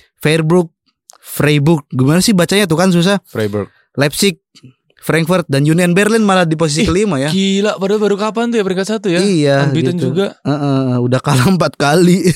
Freiburg, gimana sih bacanya tuh kan susah. Freiburg, Leipzig, Frankfurt dan Union Berlin malah di posisi kelima ya. Gila, padahal baru kapan tuh ya peringkat 1 ya? Iya, unbeaten gitu. Juga. Udah kalah 4 kali.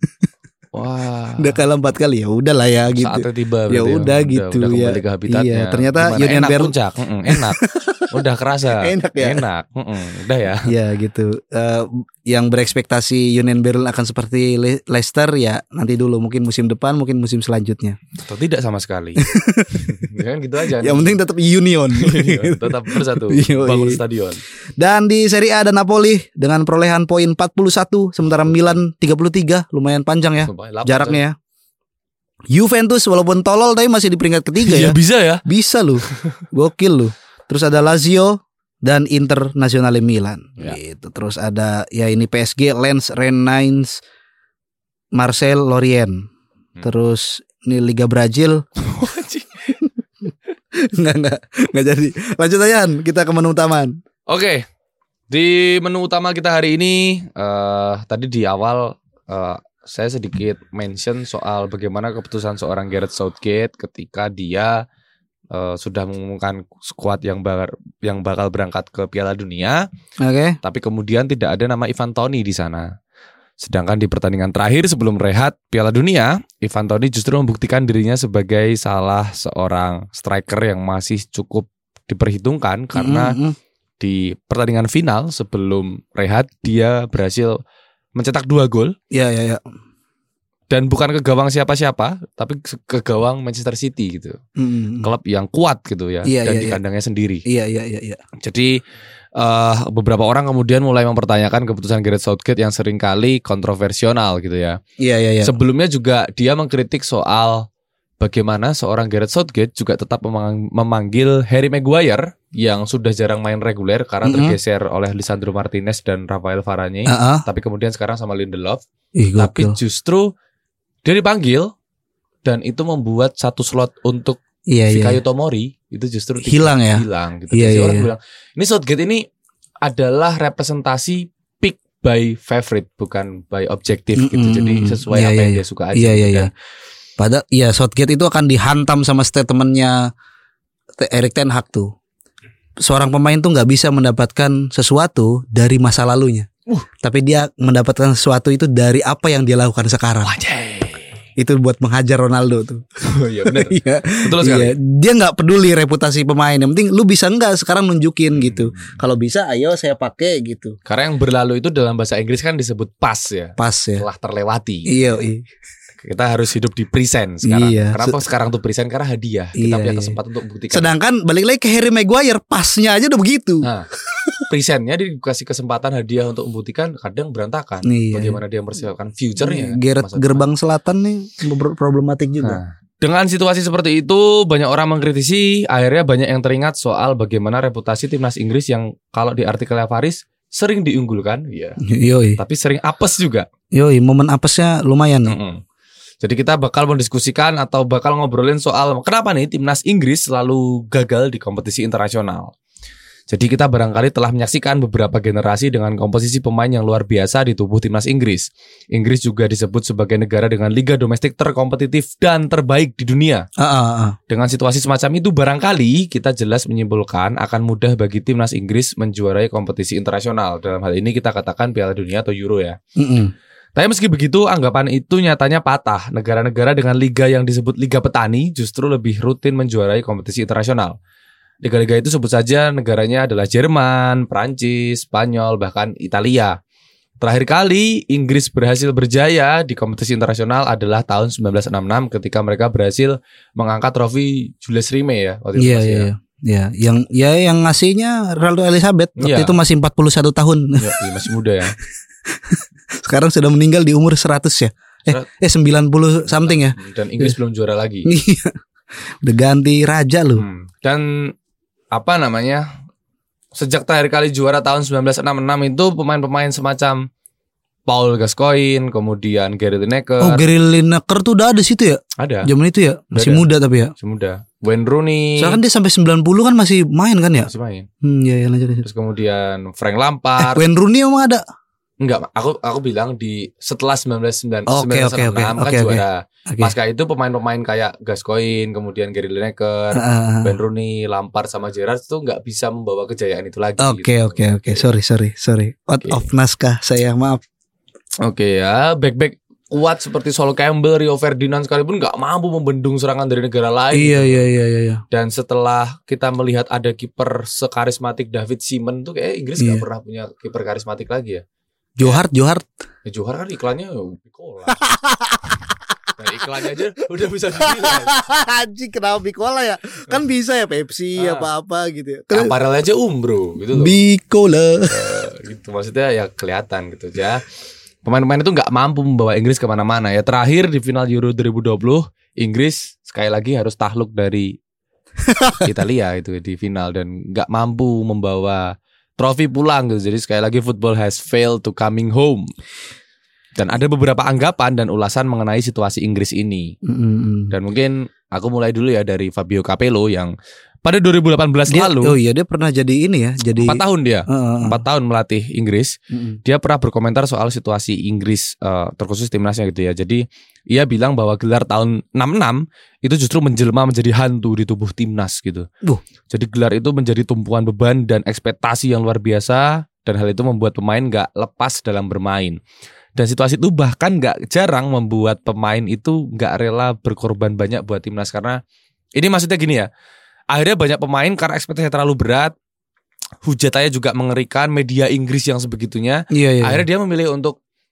Wah. Udah kalah 4 kali ya, udahlah ya gitu. Saatnya tiba. Ya udah gitu udah ya. Kembali ke habitatnya. Iya, ternyata gimana? Union Berlin puncak. Enak. Udah kerasa. Enak ya. Enak. Udah ya. Ya gitu. Yang berekspektasi Union Berlin akan seperti Leicester ya nanti dulu, mungkin musim depan, mungkin musim selanjutnya. Atau tidak sama sekali. Ya kan gitu aja. Yang penting tetap Union. Tetap bersatu. Bangun stadion. Dan di Serie A ada Napoli dengan perolehan poin 41, sementara Milan 33, lumayan panjang ya jaraknya ya. Juventus walaupun tolol tapi masih di peringkat ketiga ya. Bisa ya. Bisa lu. Gokil lu. Terus ada Lazio dan Internazionale Milan gitu. Terus ada ya ini PSG, Lens, Rennes, Marseille, Lorient. Terus ini Liga Brazil. Enggak jadi. Lanjut aja, kita ke menu utama. Oke. Di menu utama kita hari ini tadi di awal saya sedikit mention soal bagaimana keputusan seorang Gareth Southgate ketika dia sudah mengumumkan skuad yang bakal berangkat ke Piala Dunia. Oke. Tapi kemudian tidak ada nama Ivan Toney di sana. Sedangkan di pertandingan terakhir sebelum rehat Piala Dunia, Ivan Toney justru membuktikan dirinya sebagai salah seorang striker yang masih cukup diperhitungkan karena di pertandingan final sebelum rehat dia berhasil mencetak 2 gol. Iya. Dan bukan ke gawang siapa-siapa, tapi ke gawang Manchester City gitu. Klub yang kuat gitu ya, dan di kandangnya sendiri. Iya. Jadi beberapa orang kemudian mulai mempertanyakan keputusan Gareth Southgate yang seringkali kontroversial gitu ya. Iya. Sebelumnya juga dia mengkritik soal bagaimana seorang Gareth Southgate juga tetap memanggil Harry Maguire yang sudah jarang main reguler karena tergeser oleh Lisandro Martinez dan Rafael Varane. Tapi kemudian sekarang sama Lindelof. Tapi justru dia dipanggil dan itu membuat satu slot untuk Fikayo Tomori itu justru hilang gitu. Jadi orang bilang ini Southgate ini adalah representasi pick by favorite bukan by objektif gitu. Jadi sesuai apa yang dia suka aja. Iya. Padahal Southgate itu akan dihantam sama statementnya Erik ten Hag tuh. Seorang pemain tuh nggak bisa mendapatkan sesuatu dari masa lalunya, tapi dia mendapatkan sesuatu itu dari apa yang dia lakukan sekarang. Itu buat menghajar Ronaldo tuh. Oh iya benar. Betul sekali. Dia nggak peduli reputasi pemain, yang penting lu bisa nggak sekarang nunjukin gitu. Kalau bisa, ayo saya pakai gitu. Karena yang berlalu itu dalam bahasa Inggris kan disebut past ya. Past ya. Telah terlewati. Iya. Kita harus hidup di present sekarang. Kenapa sekarang tuh present? Karena hadiah. Kita punya kesempatan untuk membuktikan. Sedangkan balik lagi ke Harry Maguire, pasnya aja udah begitu. Nah, presentnya dikasih kesempatan hadiah untuk membuktikan, kadang berantakan. Bagaimana dia mempersiapkan future-nya. Gareth gerbang selatan nih problematik juga. Nah, dengan situasi seperti itu, banyak orang mengkritisi. Akhirnya banyak yang teringat soal bagaimana reputasi timnas Inggris yang kalau di artikelnya Faris sering diunggulkan, tapi sering apes juga. Momen apesnya lumayan. Jadi kita bakal mendiskusikan atau bakal ngobrolin soal kenapa nih timnas Inggris selalu gagal di kompetisi internasional. Jadi kita barangkali telah menyaksikan beberapa generasi dengan komposisi pemain yang luar biasa di tubuh timnas Inggris. Inggris juga disebut sebagai negara dengan liga domestik terkompetitif dan terbaik di dunia. Dengan situasi semacam itu barangkali kita jelas menyimpulkan akan mudah bagi timnas Inggris menjuarai kompetisi internasional. Dalam hal ini kita katakan Piala Dunia atau Euro ya. Tapi meski begitu, anggapan itu nyatanya patah. Negara-negara dengan liga yang disebut Liga Petani justru lebih rutin menjuarai kompetisi internasional. Liga-liga itu sebut saja negaranya adalah Jerman, Prancis, Spanyol, bahkan Italia. Terakhir kali Inggris berhasil berjaya di kompetisi internasional adalah tahun 1966 ketika mereka berhasil mengangkat trofi Jules Rimet ya. Iya, yang ngasihnya Ratu Elizabeth waktu itu masih 41 tahun. Masih muda ya. Sekarang sudah meninggal di umur 100 ya. 90 something ya. Dan Inggris belum juara lagi. Udah ganti raja loh. Dan sejak terakhir kali juara tahun 1966 itu pemain-pemain semacam Paul Gascoigne, kemudian Gary Lineker. Gary Lineker tuh udah ada situ ya? Ada. Zaman itu ya? Masih muda tapi ya? Masih muda. Wayne Rooney. Soalnya kan dia sampai 90 kan masih main kan ya? Masih main. Iya, lanjut. Terus kemudian Frank Lampard. Wayne Rooney emang ada? Enggak, aku bilang setelah 1996 kan juara. Pasca itu pemain-pemain kayak Gascoigne, kemudian Gary Lineker, Wayne Rooney, Lampard sama Gerrard itu nggak bisa membawa kejayaan itu lagi. Oke. Sorry. Out of naskah saya, maaf. Oke ya, back kuat seperti Sol Campbell, Rio Ferdinand sekalipun nggak mampu membendung serangan dari negara lain. Iya. Dan setelah kita melihat ada kiper sekarismatik David Seaman tuh kayak Inggris nggak pernah punya kiper karismatik lagi ya. Johar kan iklannya Bicola. Nah, iklannya aja udah bisa dilihat. Anjing, kenapa Bicola ya? Kan bisa ya Pepsi apa-apa gitu ya. Aparel aja Umbro gitu loh. Bicola. Gitu maksudnya ya kelihatan gitu ya. Pemain-pemain itu nggak mampu membawa Inggris kemana-mana ya. Terakhir di final Euro 2020 Inggris sekali lagi harus takluk dari Italia itu di final dan nggak mampu membawa trofi pulang gitu. Jadi sekali lagi football has failed to coming home. Dan ada beberapa anggapan dan ulasan mengenai situasi Inggris ini. Dan mungkin aku mulai dulu ya dari Fabio Capello yang pada 2018 lalu. Dia pernah jadi ini ya. Jadi 4 tahun dia. 4 tahun melatih Inggris. Dia pernah berkomentar soal situasi Inggris terkhusus timnasnya gitu ya. Jadi ia bilang bahwa gelar tahun 66 itu justru menjelma menjadi hantu di tubuh timnas gitu. Jadi gelar itu menjadi tumpuan beban dan ekspektasi yang luar biasa. Dan hal itu membuat pemain gak lepas dalam bermain. Dan situasi itu bahkan gak jarang membuat pemain itu gak rela berkorban banyak buat timnas. Karena ini maksudnya gini ya, akhirnya banyak pemain karena ekspektasinya terlalu berat, hujatannya juga mengerikan, media Inggris yang sebegitunya. Akhirnya dia memilih untuk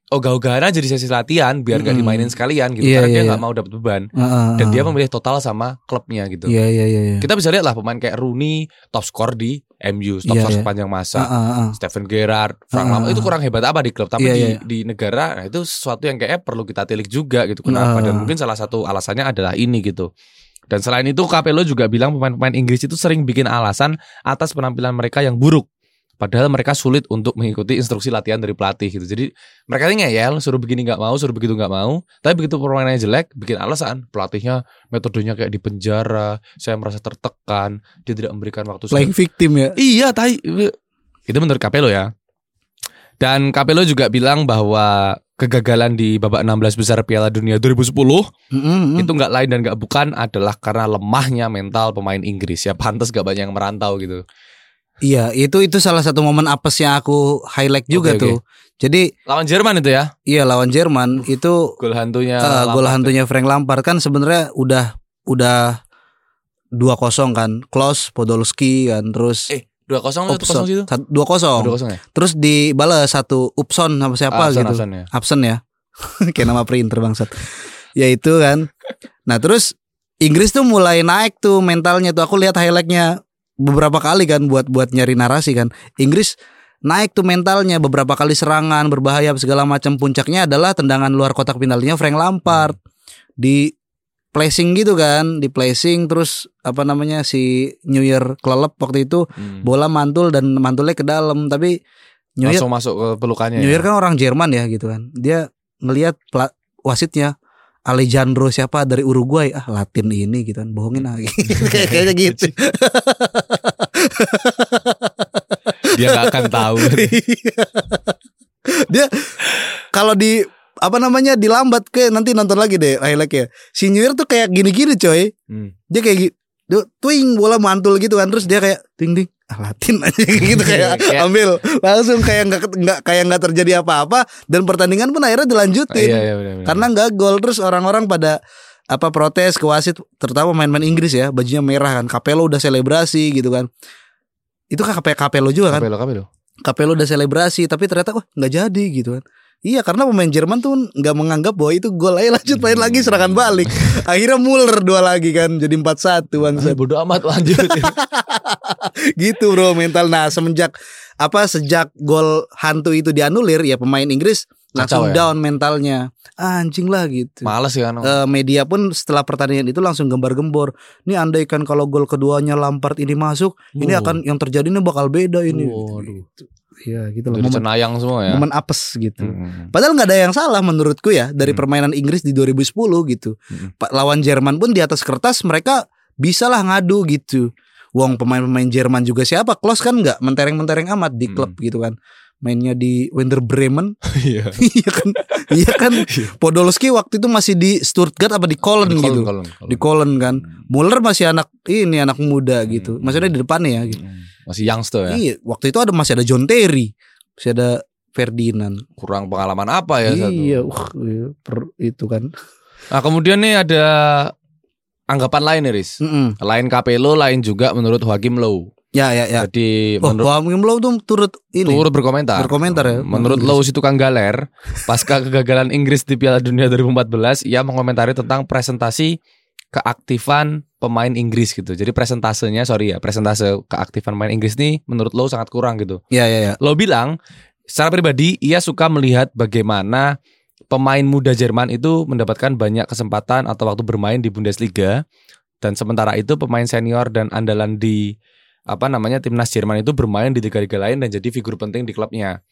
ogah-ogahan aja di sesi latihan biar nggak dimainin sekalian gitu, Iya, karena dia iya, nggak mau dapat beban dan dia memilih total sama klubnya gitu. Iya. Kita bisa lihat lah pemain kayak Rooney top skor di MU, top skor sepanjang masa. Steven Gerrard, Frank Lampard itu kurang hebat apa di klub, tapi di negara nah itu sesuatu yang kayak perlu kita tilik juga gitu. Kenapa? Dan mungkin salah satu alasannya adalah ini gitu. Dan selain itu Capello juga bilang pemain-pemain Inggris itu sering bikin alasan atas penampilan mereka yang buruk. Padahal mereka sulit untuk mengikuti instruksi latihan dari pelatih gitu. Jadi mereka ini ngeyel, suruh begini nggak mau, suruh begitu nggak mau. Tapi begitu permainannya jelek, bikin alasan. Pelatihnya metodenya kayak di penjara, saya merasa tertekan, dia tidak memberikan waktu. Playing victim ya. Iya, itu menurut Capello ya. Dan Capello juga bilang bahwa kegagalan di babak 16 besar Piala Dunia 2010 itu nggak lain dan nggak bukan adalah karena lemahnya mental pemain Inggris. Ya pantas gak banyak yang merantau gitu. Iya, itu salah satu momen apes yang aku highlight juga tuh. Jadi lawan Jerman itu ya? Iya, lawan Jerman itu gol hantunya Frank Lampard kan sebenarnya udah 2-0 kan. Klose, Podolski kan, terus 2-0 atau 1-0 itu? 2-0. 2-0 ya? Terus dibalas 1 Upson sama siapa gitu. Absen ya. Kayak nama printer bangsat. Ya itu kan. Nah, terus Inggris tuh mulai naik tuh mentalnya tuh. Aku lihat highlightnya beberapa kali kan buat nyari narasi kan. Inggris naik tuh mentalnya, beberapa kali serangan berbahaya segala macam. Puncaknya adalah tendangan luar kotak penaltinya Frank Lampard di placing gitu kan, di placing terus si New Year kelelep waktu itu bola mantul dan mantulnya ke dalam, tapi New Year langsung masuk ke pelukannya. New Year kan orang Jerman ya gitu kan. Dia ngelihat wasitnya Alejandro siapa dari Uruguay, Latin ini gitu kan, bohongin lagi. Kayaknya gitu. Dia gak akan tahu. Dia kalau dilambat ke nanti nonton lagi deh highlightnya. Si New Year tuh kayak gini-gini coy. Dia kayak gitu, twing bola mantul gitu kan, terus dia kayak ting Latin aja gitu kayak ambil langsung kayak nggak terjadi apa-apa dan pertandingan pun akhirnya dilanjutin. Bener. Karena nggak gol. Terus orang-orang pada protes ke wasit, terutama main-main Inggris ya, bajunya merah kan. Capello udah selebrasi gitu kan. Itu kan Capello juga kan. Capello udah selebrasi tapi ternyata nggak jadi gitu kan. Iya, karena pemain Jerman tuh nggak menganggap bahwa itu gol, aja lanjut main lagi serangan balik. Akhirnya Muller 2 lagi kan, jadi 4-1 bangsa. Bodoh amat lanjut. Gitu bro mental. Nah sejak gol hantu itu dianulir ya, pemain Inggris langsung down mentalnya. Anjing lah gitu. Males kan. Media pun setelah pertandingan itu langsung gembar-gembor. Ini andaikan kalau gol keduanya Lampard ini masuk, ini akan yang terjadi ini bakal beda ini. Gitu. Ya gitu loh. Jadi cenayang semua ya. Momen apes gitu. Padahal nggak ada yang salah menurutku ya dari permainan Inggris di 2010 gitu. Lawan Jerman pun di atas kertas mereka bisa lah ngadu gitu. Wong pemain-pemain Jerman juga siapa? Klose kan nggak mentereng-mentereng amat di klub gitu kan. Mainnya di Werder Bremen. Iya kan. Podolski waktu itu masih di Stuttgart apa di Köln gitu. Di Köln kan. Muller masih anak muda gitu. Maksudnya di depannya ya gitu. Masih youngster ya. Iya, waktu itu masih ada John Terry, masih ada Ferdinand. Kurang pengalaman apa ya satu. Iya, itu kan. Nah, kemudian nih ada anggapan lain nih, Riz. Lain Capello, lain juga menurut Joachim Low. Ya. Jadi Joachim Low tuh turut berkomentar ya. Menurut Low si tukang galer, pasca kegagalan Inggris di Piala Dunia 2014, ia mengomentari tentang presentasi keaktifan pemain Inggris gitu. Jadi presentase keaktifan pemain Inggris nih menurut Low sangat kurang gitu. Iya. Low bilang secara pribadi ia suka melihat bagaimana pemain muda Jerman itu mendapatkan banyak kesempatan atau waktu bermain di Bundesliga, dan sementara itu pemain senior dan andalan di timnas Jerman itu bermain di liga-liga lain dan jadi figur penting di klubnya.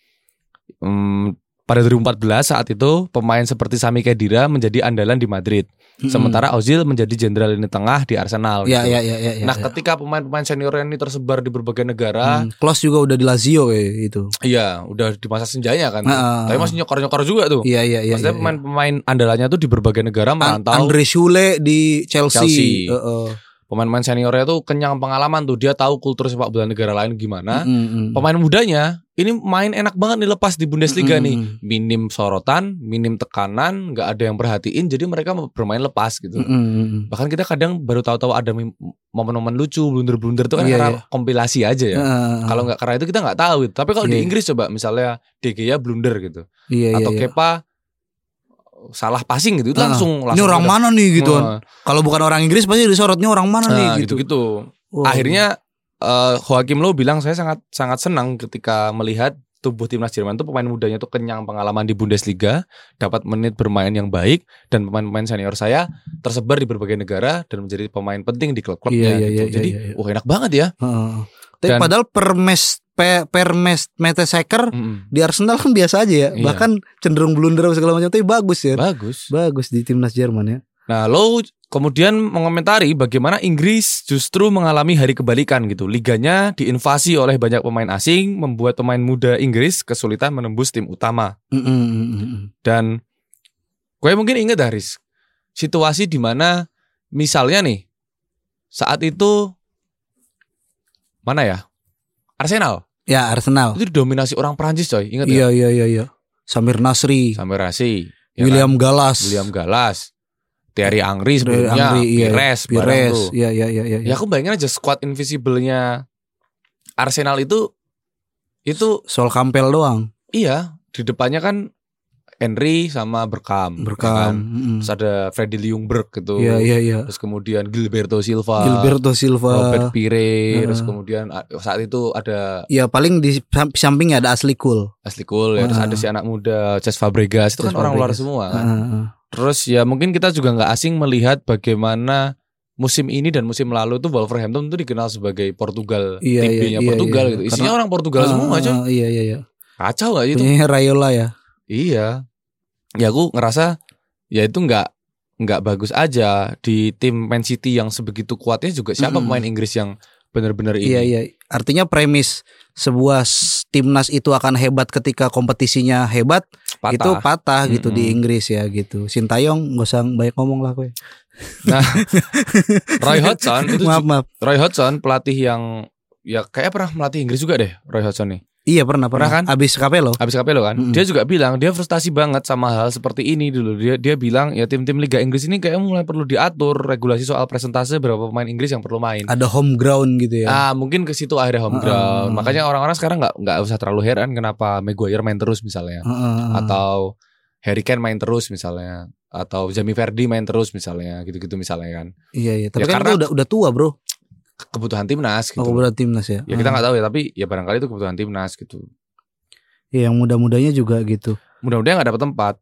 Pada 2014 saat itu pemain seperti Sami Khedira menjadi andalan di Madrid. Sementara Ozil menjadi jenderal lini tengah di Arsenal. Iya. Nah, ketika pemain-pemain senior ini tersebar di berbagai negara, Klose juga udah di Lazio kayak gitu. Iya, udah di masa senjanya kan. Tapi masih nyokor-nyokor juga tuh. Iya. Maksudnya pemain-pemain andalannya tuh di berbagai negara merantau. Andre Schule di Chelsea. Pemain-pemain seniornya tuh kenyang pengalaman tuh, dia tahu kultur sepak bola negara lain gimana. Pemain mudanya ini main enak banget nih lepas di Bundesliga nih, minim sorotan, minim tekanan, nggak ada yang perhatiin, jadi mereka bermain lepas gitu. Bahkan kita kadang baru tahu-tahu ada momen-momen lucu, blunder-blunder itu kan karena kompilasi aja ya. Kalau nggak karena itu kita nggak tahu gitu. Tapi kalau di Inggris coba misalnya De Gea blunder gitu, atau Kepa salah passing gitu, langsung ini orang mana nih gitu kan. Kalau bukan orang Inggris pasti disorotnya orang mana nih gitu. Akhirnya Joachim Low bilang saya sangat senang ketika melihat tubuh timnas Jerman itu pemain mudanya tuh kenyang pengalaman di Bundesliga, dapat menit bermain yang baik, dan pemain-pemain senior saya tersebar di berbagai negara dan menjadi pemain penting di klub-klubnya gitu. Jadi enak banget ya. Tapi padahal per Mertesacker di Arsenal kan biasa aja ya. Bahkan cenderung blunder segala macam, tapi bagus ya. Bagus di timnas Jerman ya. Nah, Low kemudian mengomentari bagaimana Inggris justru mengalami hari kebalikan gitu. Liganya diinvasi oleh banyak pemain asing, membuat pemain muda Inggris kesulitan menembus tim utama. Dan gue mungkin ingat Haris, situasi di mana misalnya nih saat itu mana ya? Arsenal. Ya, Arsenal. Itu didominasi orang Prancis coy, ingat ya? Iya. Samir Nasri, ya William kan? Galas, Thierry Henry sebelumnya, Pires. Iya. Ya aku bayangin aja squad invisible-nya Arsenal itu Sol Campbell doang. Iya, di depannya kan Henry sama Bergkamp. Kan? Terus ada Freddy Ljungberg gitu. Iya. Terus kemudian Gilberto Silva, Robert Pires. Terus kemudian saat itu ada. Ya paling di sampingnya ada Ashley Cole ya. Terus ada si anak muda Cesc Fabregas. Itu kan orang luar semua kan. Terus ya mungkin kita juga nggak asing melihat bagaimana musim ini dan musim lalu tuh Wolverhampton tuh dikenal sebagai Portugal, tim B-nya Portugal gitu. Isinya orang Portugal semua aja. Iya. Kacau nggak itu? Punya Raiola ya. Iya. Ya aku ngerasa ya itu nggak bagus aja di tim Man City yang sebegitu kuatnya juga siapa pemain Inggris yang benar-benar ini. Iya. Artinya premis sebuah timnas itu akan hebat ketika kompetisinya hebat, itu patah gitu di Inggris ya gitu. Sintayong nggak usah banyak ngomong lah gue. Nah, Roy Hodgson itu maaf. Roy Hodgson pelatih yang ya kayak pernah melatih Inggris juga deh Roy Hodgson nih. Iya pernah kan? Abis Capello kan. Dia juga bilang dia frustasi banget sama hal seperti ini dulu. Dia bilang ya tim-tim Liga Inggris ini kayak mulai perlu diatur regulasi soal presentase berapa pemain Inggris yang perlu main. Ada home ground gitu ya. Mungkin ke situ akhirnya home ground. Makanya orang-orang sekarang nggak usah terlalu heran kenapa Maguire main terus misalnya, atau Harry Kane main terus misalnya, atau Jamie Vardy main terus misalnya, gitu-gitu misalnya kan. Iya. Tapi ya kan itu udah tua bro. Kebutuhan timnas gitu. Kebutuhan timnas ya. Ya kita nggak tahu ya, tapi ya barangkali itu kebutuhan timnas gitu. Ya yang muda-mudanya juga gitu. Mudah-mudahan nggak dapat tempat.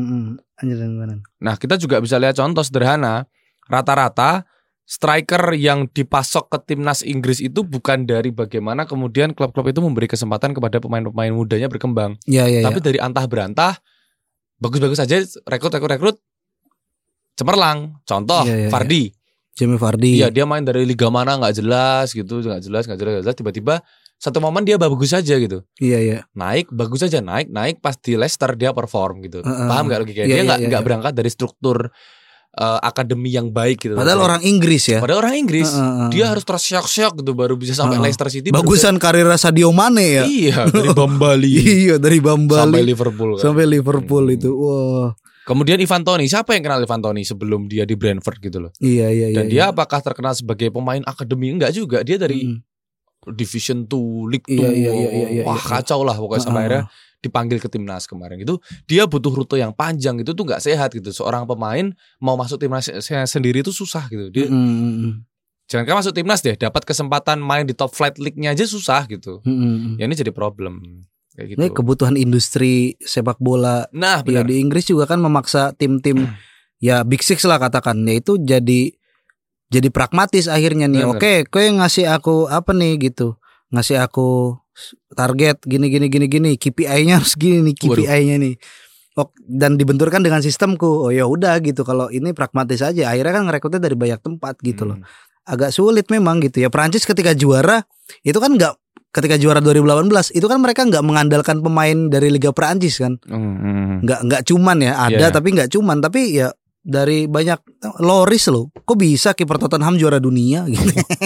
Nah kita juga bisa lihat contoh sederhana. Rata-rata striker yang dipasok ke timnas Inggris itu bukan dari bagaimana kemudian klub-klub itu memberi kesempatan kepada pemain-pemain mudanya berkembang. Tapi dari antah berantah bagus-bagus aja rekrut cemerlang. Contoh Vardy. Jamie Vardy. Iya, dia main dari liga mana nggak jelas gitu, nggak jelas. Tiba-tiba satu momen dia bagus aja gitu. Iya. Naik bagus aja, naik pas di Leicester dia perform gitu. Paham nggak logikanya? Dia nggak berangkat dari struktur akademi yang baik gitu. Padahal orang Inggris ya. Dia harus tersyok-syok gitu baru bisa sampai Leicester City. Bagusan karir Sadio Mane ya. Iya, dari Bambali. Dari Bambali sampai Liverpool itu. Wah. Kemudian Ivan Toney, siapa yang kenal Ivan Toney sebelum dia di Brentford gitu loh. Iya. Dan dia apakah terkenal sebagai pemain akademi? Enggak juga, dia dari Division 2, League 2. Iya. Wah kacau lah pokoknya sampai akhirnya dipanggil ke timnas kemarin gitu. Dia butuh rute yang panjang, itu tuh nggak sehat gitu. Seorang pemain mau masuk timnas sendiri itu susah gitu. Dia jangan masuk timnas deh, dapat kesempatan main di top flight league-nya aja susah gitu. Ya ini jadi problem. Kayak gitu. Ini kebutuhan industri sepak bola. Nah, ya, di Inggris juga kan memaksa tim-tim ya Big Six lah katakan, yaitu jadi pragmatis akhirnya nih. Oke, kowe ngasih aku apa nih gitu. Ngasih aku target gini KPI-nya harus gini nih KPI-nya nih. Dan dibenturkan dengan sistemku. Oh ya udah gitu, kalau ini pragmatis aja. Akhirnya kan ngerekrutnya dari banyak tempat gitu loh. Agak sulit memang gitu ya. Perancis ketika juara itu kan ketika juara 2018 itu kan mereka nggak mengandalkan pemain dari Liga Perancis kan. Nggak cuman ya ada tapi nggak cuman, tapi ya dari banyak Loris loh. Kok bisa kiper Tottenham juara dunia gitu.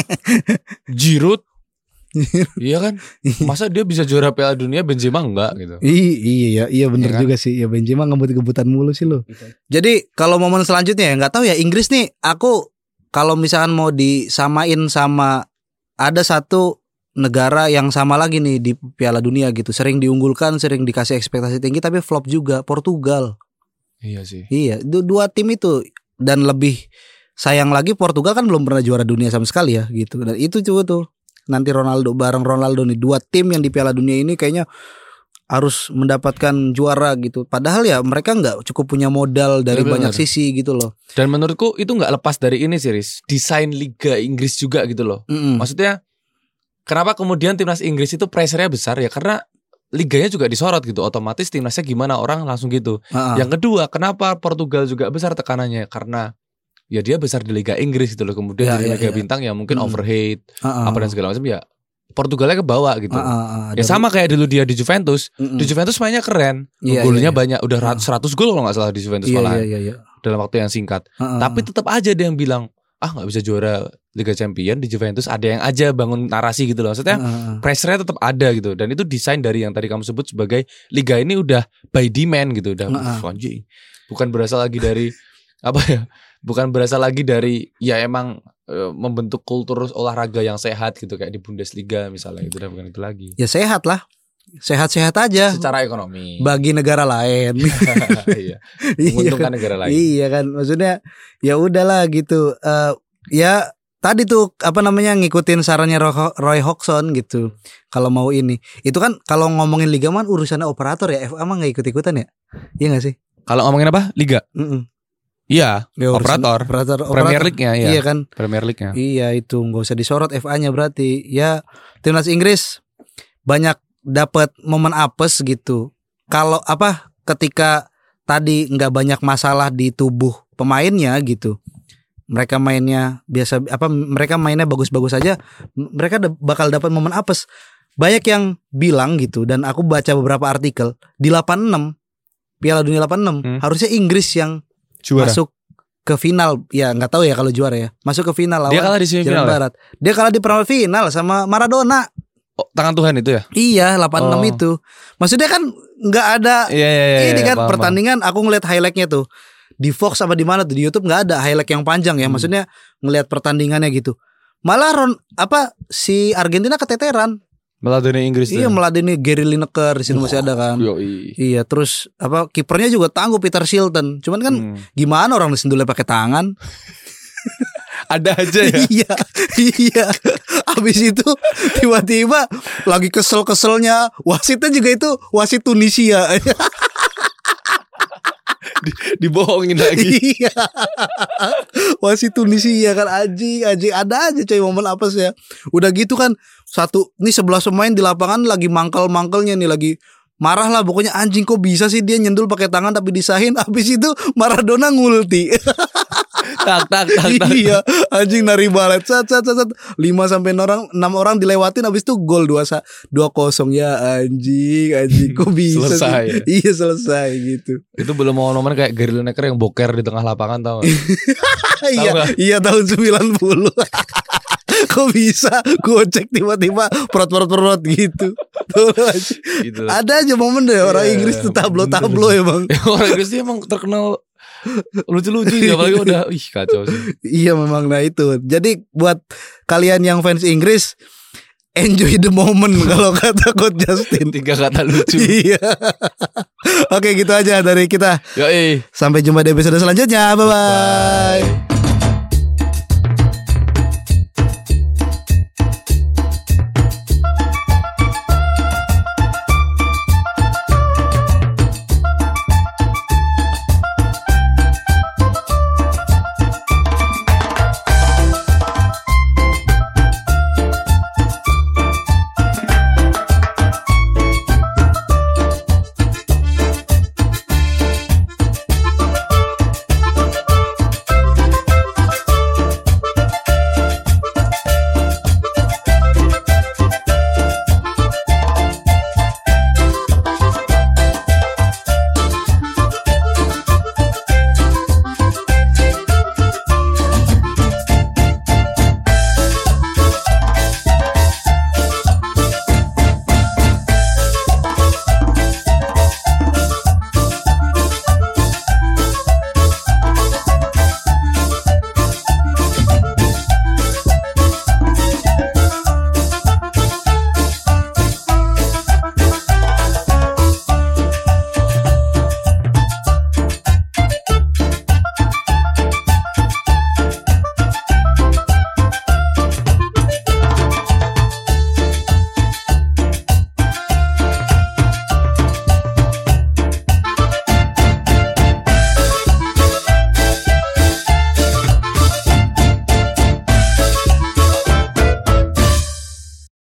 Giroud. Iya kan? Masa dia bisa juara Piala Dunia, Benzema enggak gitu. Iya benar kan? juga sih. Ya Benzema ngebut-ngebutan mulu sih lo. Jadi kalau momen selanjutnya ya nggak tahu ya Inggris nih. Aku kalau misalkan mau disamain sama ada satu negara yang sama lagi nih di Piala Dunia gitu, sering diunggulkan, sering dikasih ekspektasi tinggi tapi flop juga, Portugal. Iya sih. Iya, dua tim itu. Dan lebih sayang lagi Portugal kan belum pernah juara dunia sama sekali ya gitu. Dan itu coba tuh nanti bareng Ronaldo nih, dua tim yang di Piala Dunia ini kayaknya harus mendapatkan juara gitu. Padahal ya mereka nggak cukup punya modal dari banyak sisi gitu loh. Dan menurutku itu nggak lepas dari ini sih, Riz. Desain Liga Inggris juga gitu loh. Maksudnya kenapa kemudian timnas Inggris itu pressure-nya besar ya? Karena liganya juga disorot gitu. Otomatis timnasnya gimana orang langsung gitu. Yang kedua, kenapa Portugal juga besar tekanannya? Karena ya dia besar di Liga Inggris gitu loh. Kemudian di Liga Bintang ya mungkin overhead apa dan segala macam ya. Portugalnya ke bawah gitu. Ya sama kayak dulu dia di Juventus. Di Juventus mainnya keren. Golnya banyak, udah 100 gol kalau nggak salah di Juventus malah. Dalam waktu yang singkat. Tapi tetap aja dia yang bilang, nggak bisa juara Liga Champion di Juventus. Ada yang aja bangun narasi gitu loh. Maksudnya pressure-nya tetap ada gitu. Dan itu desain dari yang tadi kamu sebut sebagai liga ini udah by demand gitu. Udah anjing. Bukan berasal lagi dari apa ya? Bukan berasal lagi dari ya emang membentuk kultur olahraga yang sehat gitu kayak di Bundesliga misalnya, itu udah bukan itu lagi. Ya sehat lah. Sehat-sehat aja secara ekonomi bagi negara lain. Iya. Menguntungkan negara lain. Iya kan, maksudnya ya udahlah gitu. Ya tadi tuh apa namanya ngikutin sarannya Roy Hodgson gitu. Kalau mau ini, itu kan kalau ngomongin liga man urusannya operator ya. FA mah nggak ikut-ikutan ya? Iya nggak sih? Kalau ngomongin apa? Liga? Iya, operator. Premier League-nya ya. Iya kan? Premier League-nya. Iya itu nggak usah disorot FA-nya berarti. Ya timnas Inggris banyak dapat momen apes gitu. Kalau ketika tadi nggak banyak masalah di tubuh pemainnya gitu, mereka mainnya biasa mereka mainnya bagus-bagus aja, mereka bakal dapat momen apes. Banyak yang bilang gitu, dan aku baca beberapa artikel di 86 Piala Dunia 86 harusnya Inggris yang juara. Masuk ke final. Ya nggak tahu ya kalau juara ya, masuk ke final lawan dia kalah di semifinal Barat. Dia kalah di perempat final sama Maradona. Tangan Tuhan itu ya? Iya 86 itu. Maksudnya kan nggak ada ini kan paham, pertandingan. Aku ngeliat highlightnya tuh di Fox apa di mana tuh, di YouTube nggak ada highlight yang panjang ya. Maksudnya ngeliat pertandingannya gitu. Malah si Argentina keteteran. Meladeni Inggris. Iya meladeni Gary Lineker di sini masih ada kan. Iya terus kipernya juga tangguh Peter Shilton. Cuman kan gimana orang disendulnya pakai tangan. Ada aja ya. Iya. Habis itu tiba-tiba lagi kesel-keselnya wasitnya juga itu wasit Tunisia. Dibohongin lagi. Iya. Wasit Tunisia kan anjing ada aja coy momen apa sih ya. Udah gitu kan nih 11 pemain di lapangan lagi mangkel-mangkelnya nih, lagi marah lah pokoknya, anjing kok bisa sih dia nyendul pakai tangan tapi disahin. Habis itu Maradona ngulti. tak. Iya, anjing nari balet. 5 sampai 6 orang dilewatin, habis itu gol 2-0 ya anjing kok bisa selesai. Sih? Iya selesai gitu. Itu belum mau nomor kayak Gary Lineker yang boker di tengah lapangan tau gak? Iya tahun 90. Kok bisa gocek tiba-tiba perot gitu. Ada aja momen deh orang Inggris tuh tablo-tablo emang. Orang Inggris dia emang terkenal lucu-lucu ya, apalagi udah kacau sih. Iya memang, nah itu. Jadi buat kalian yang fans Inggris, enjoy the moment kalau kata Coach Justin. 3 kata lucu. Iya. Oke gitu aja dari kita. Yoi. Sampai jumpa di episode selanjutnya. Bye-bye.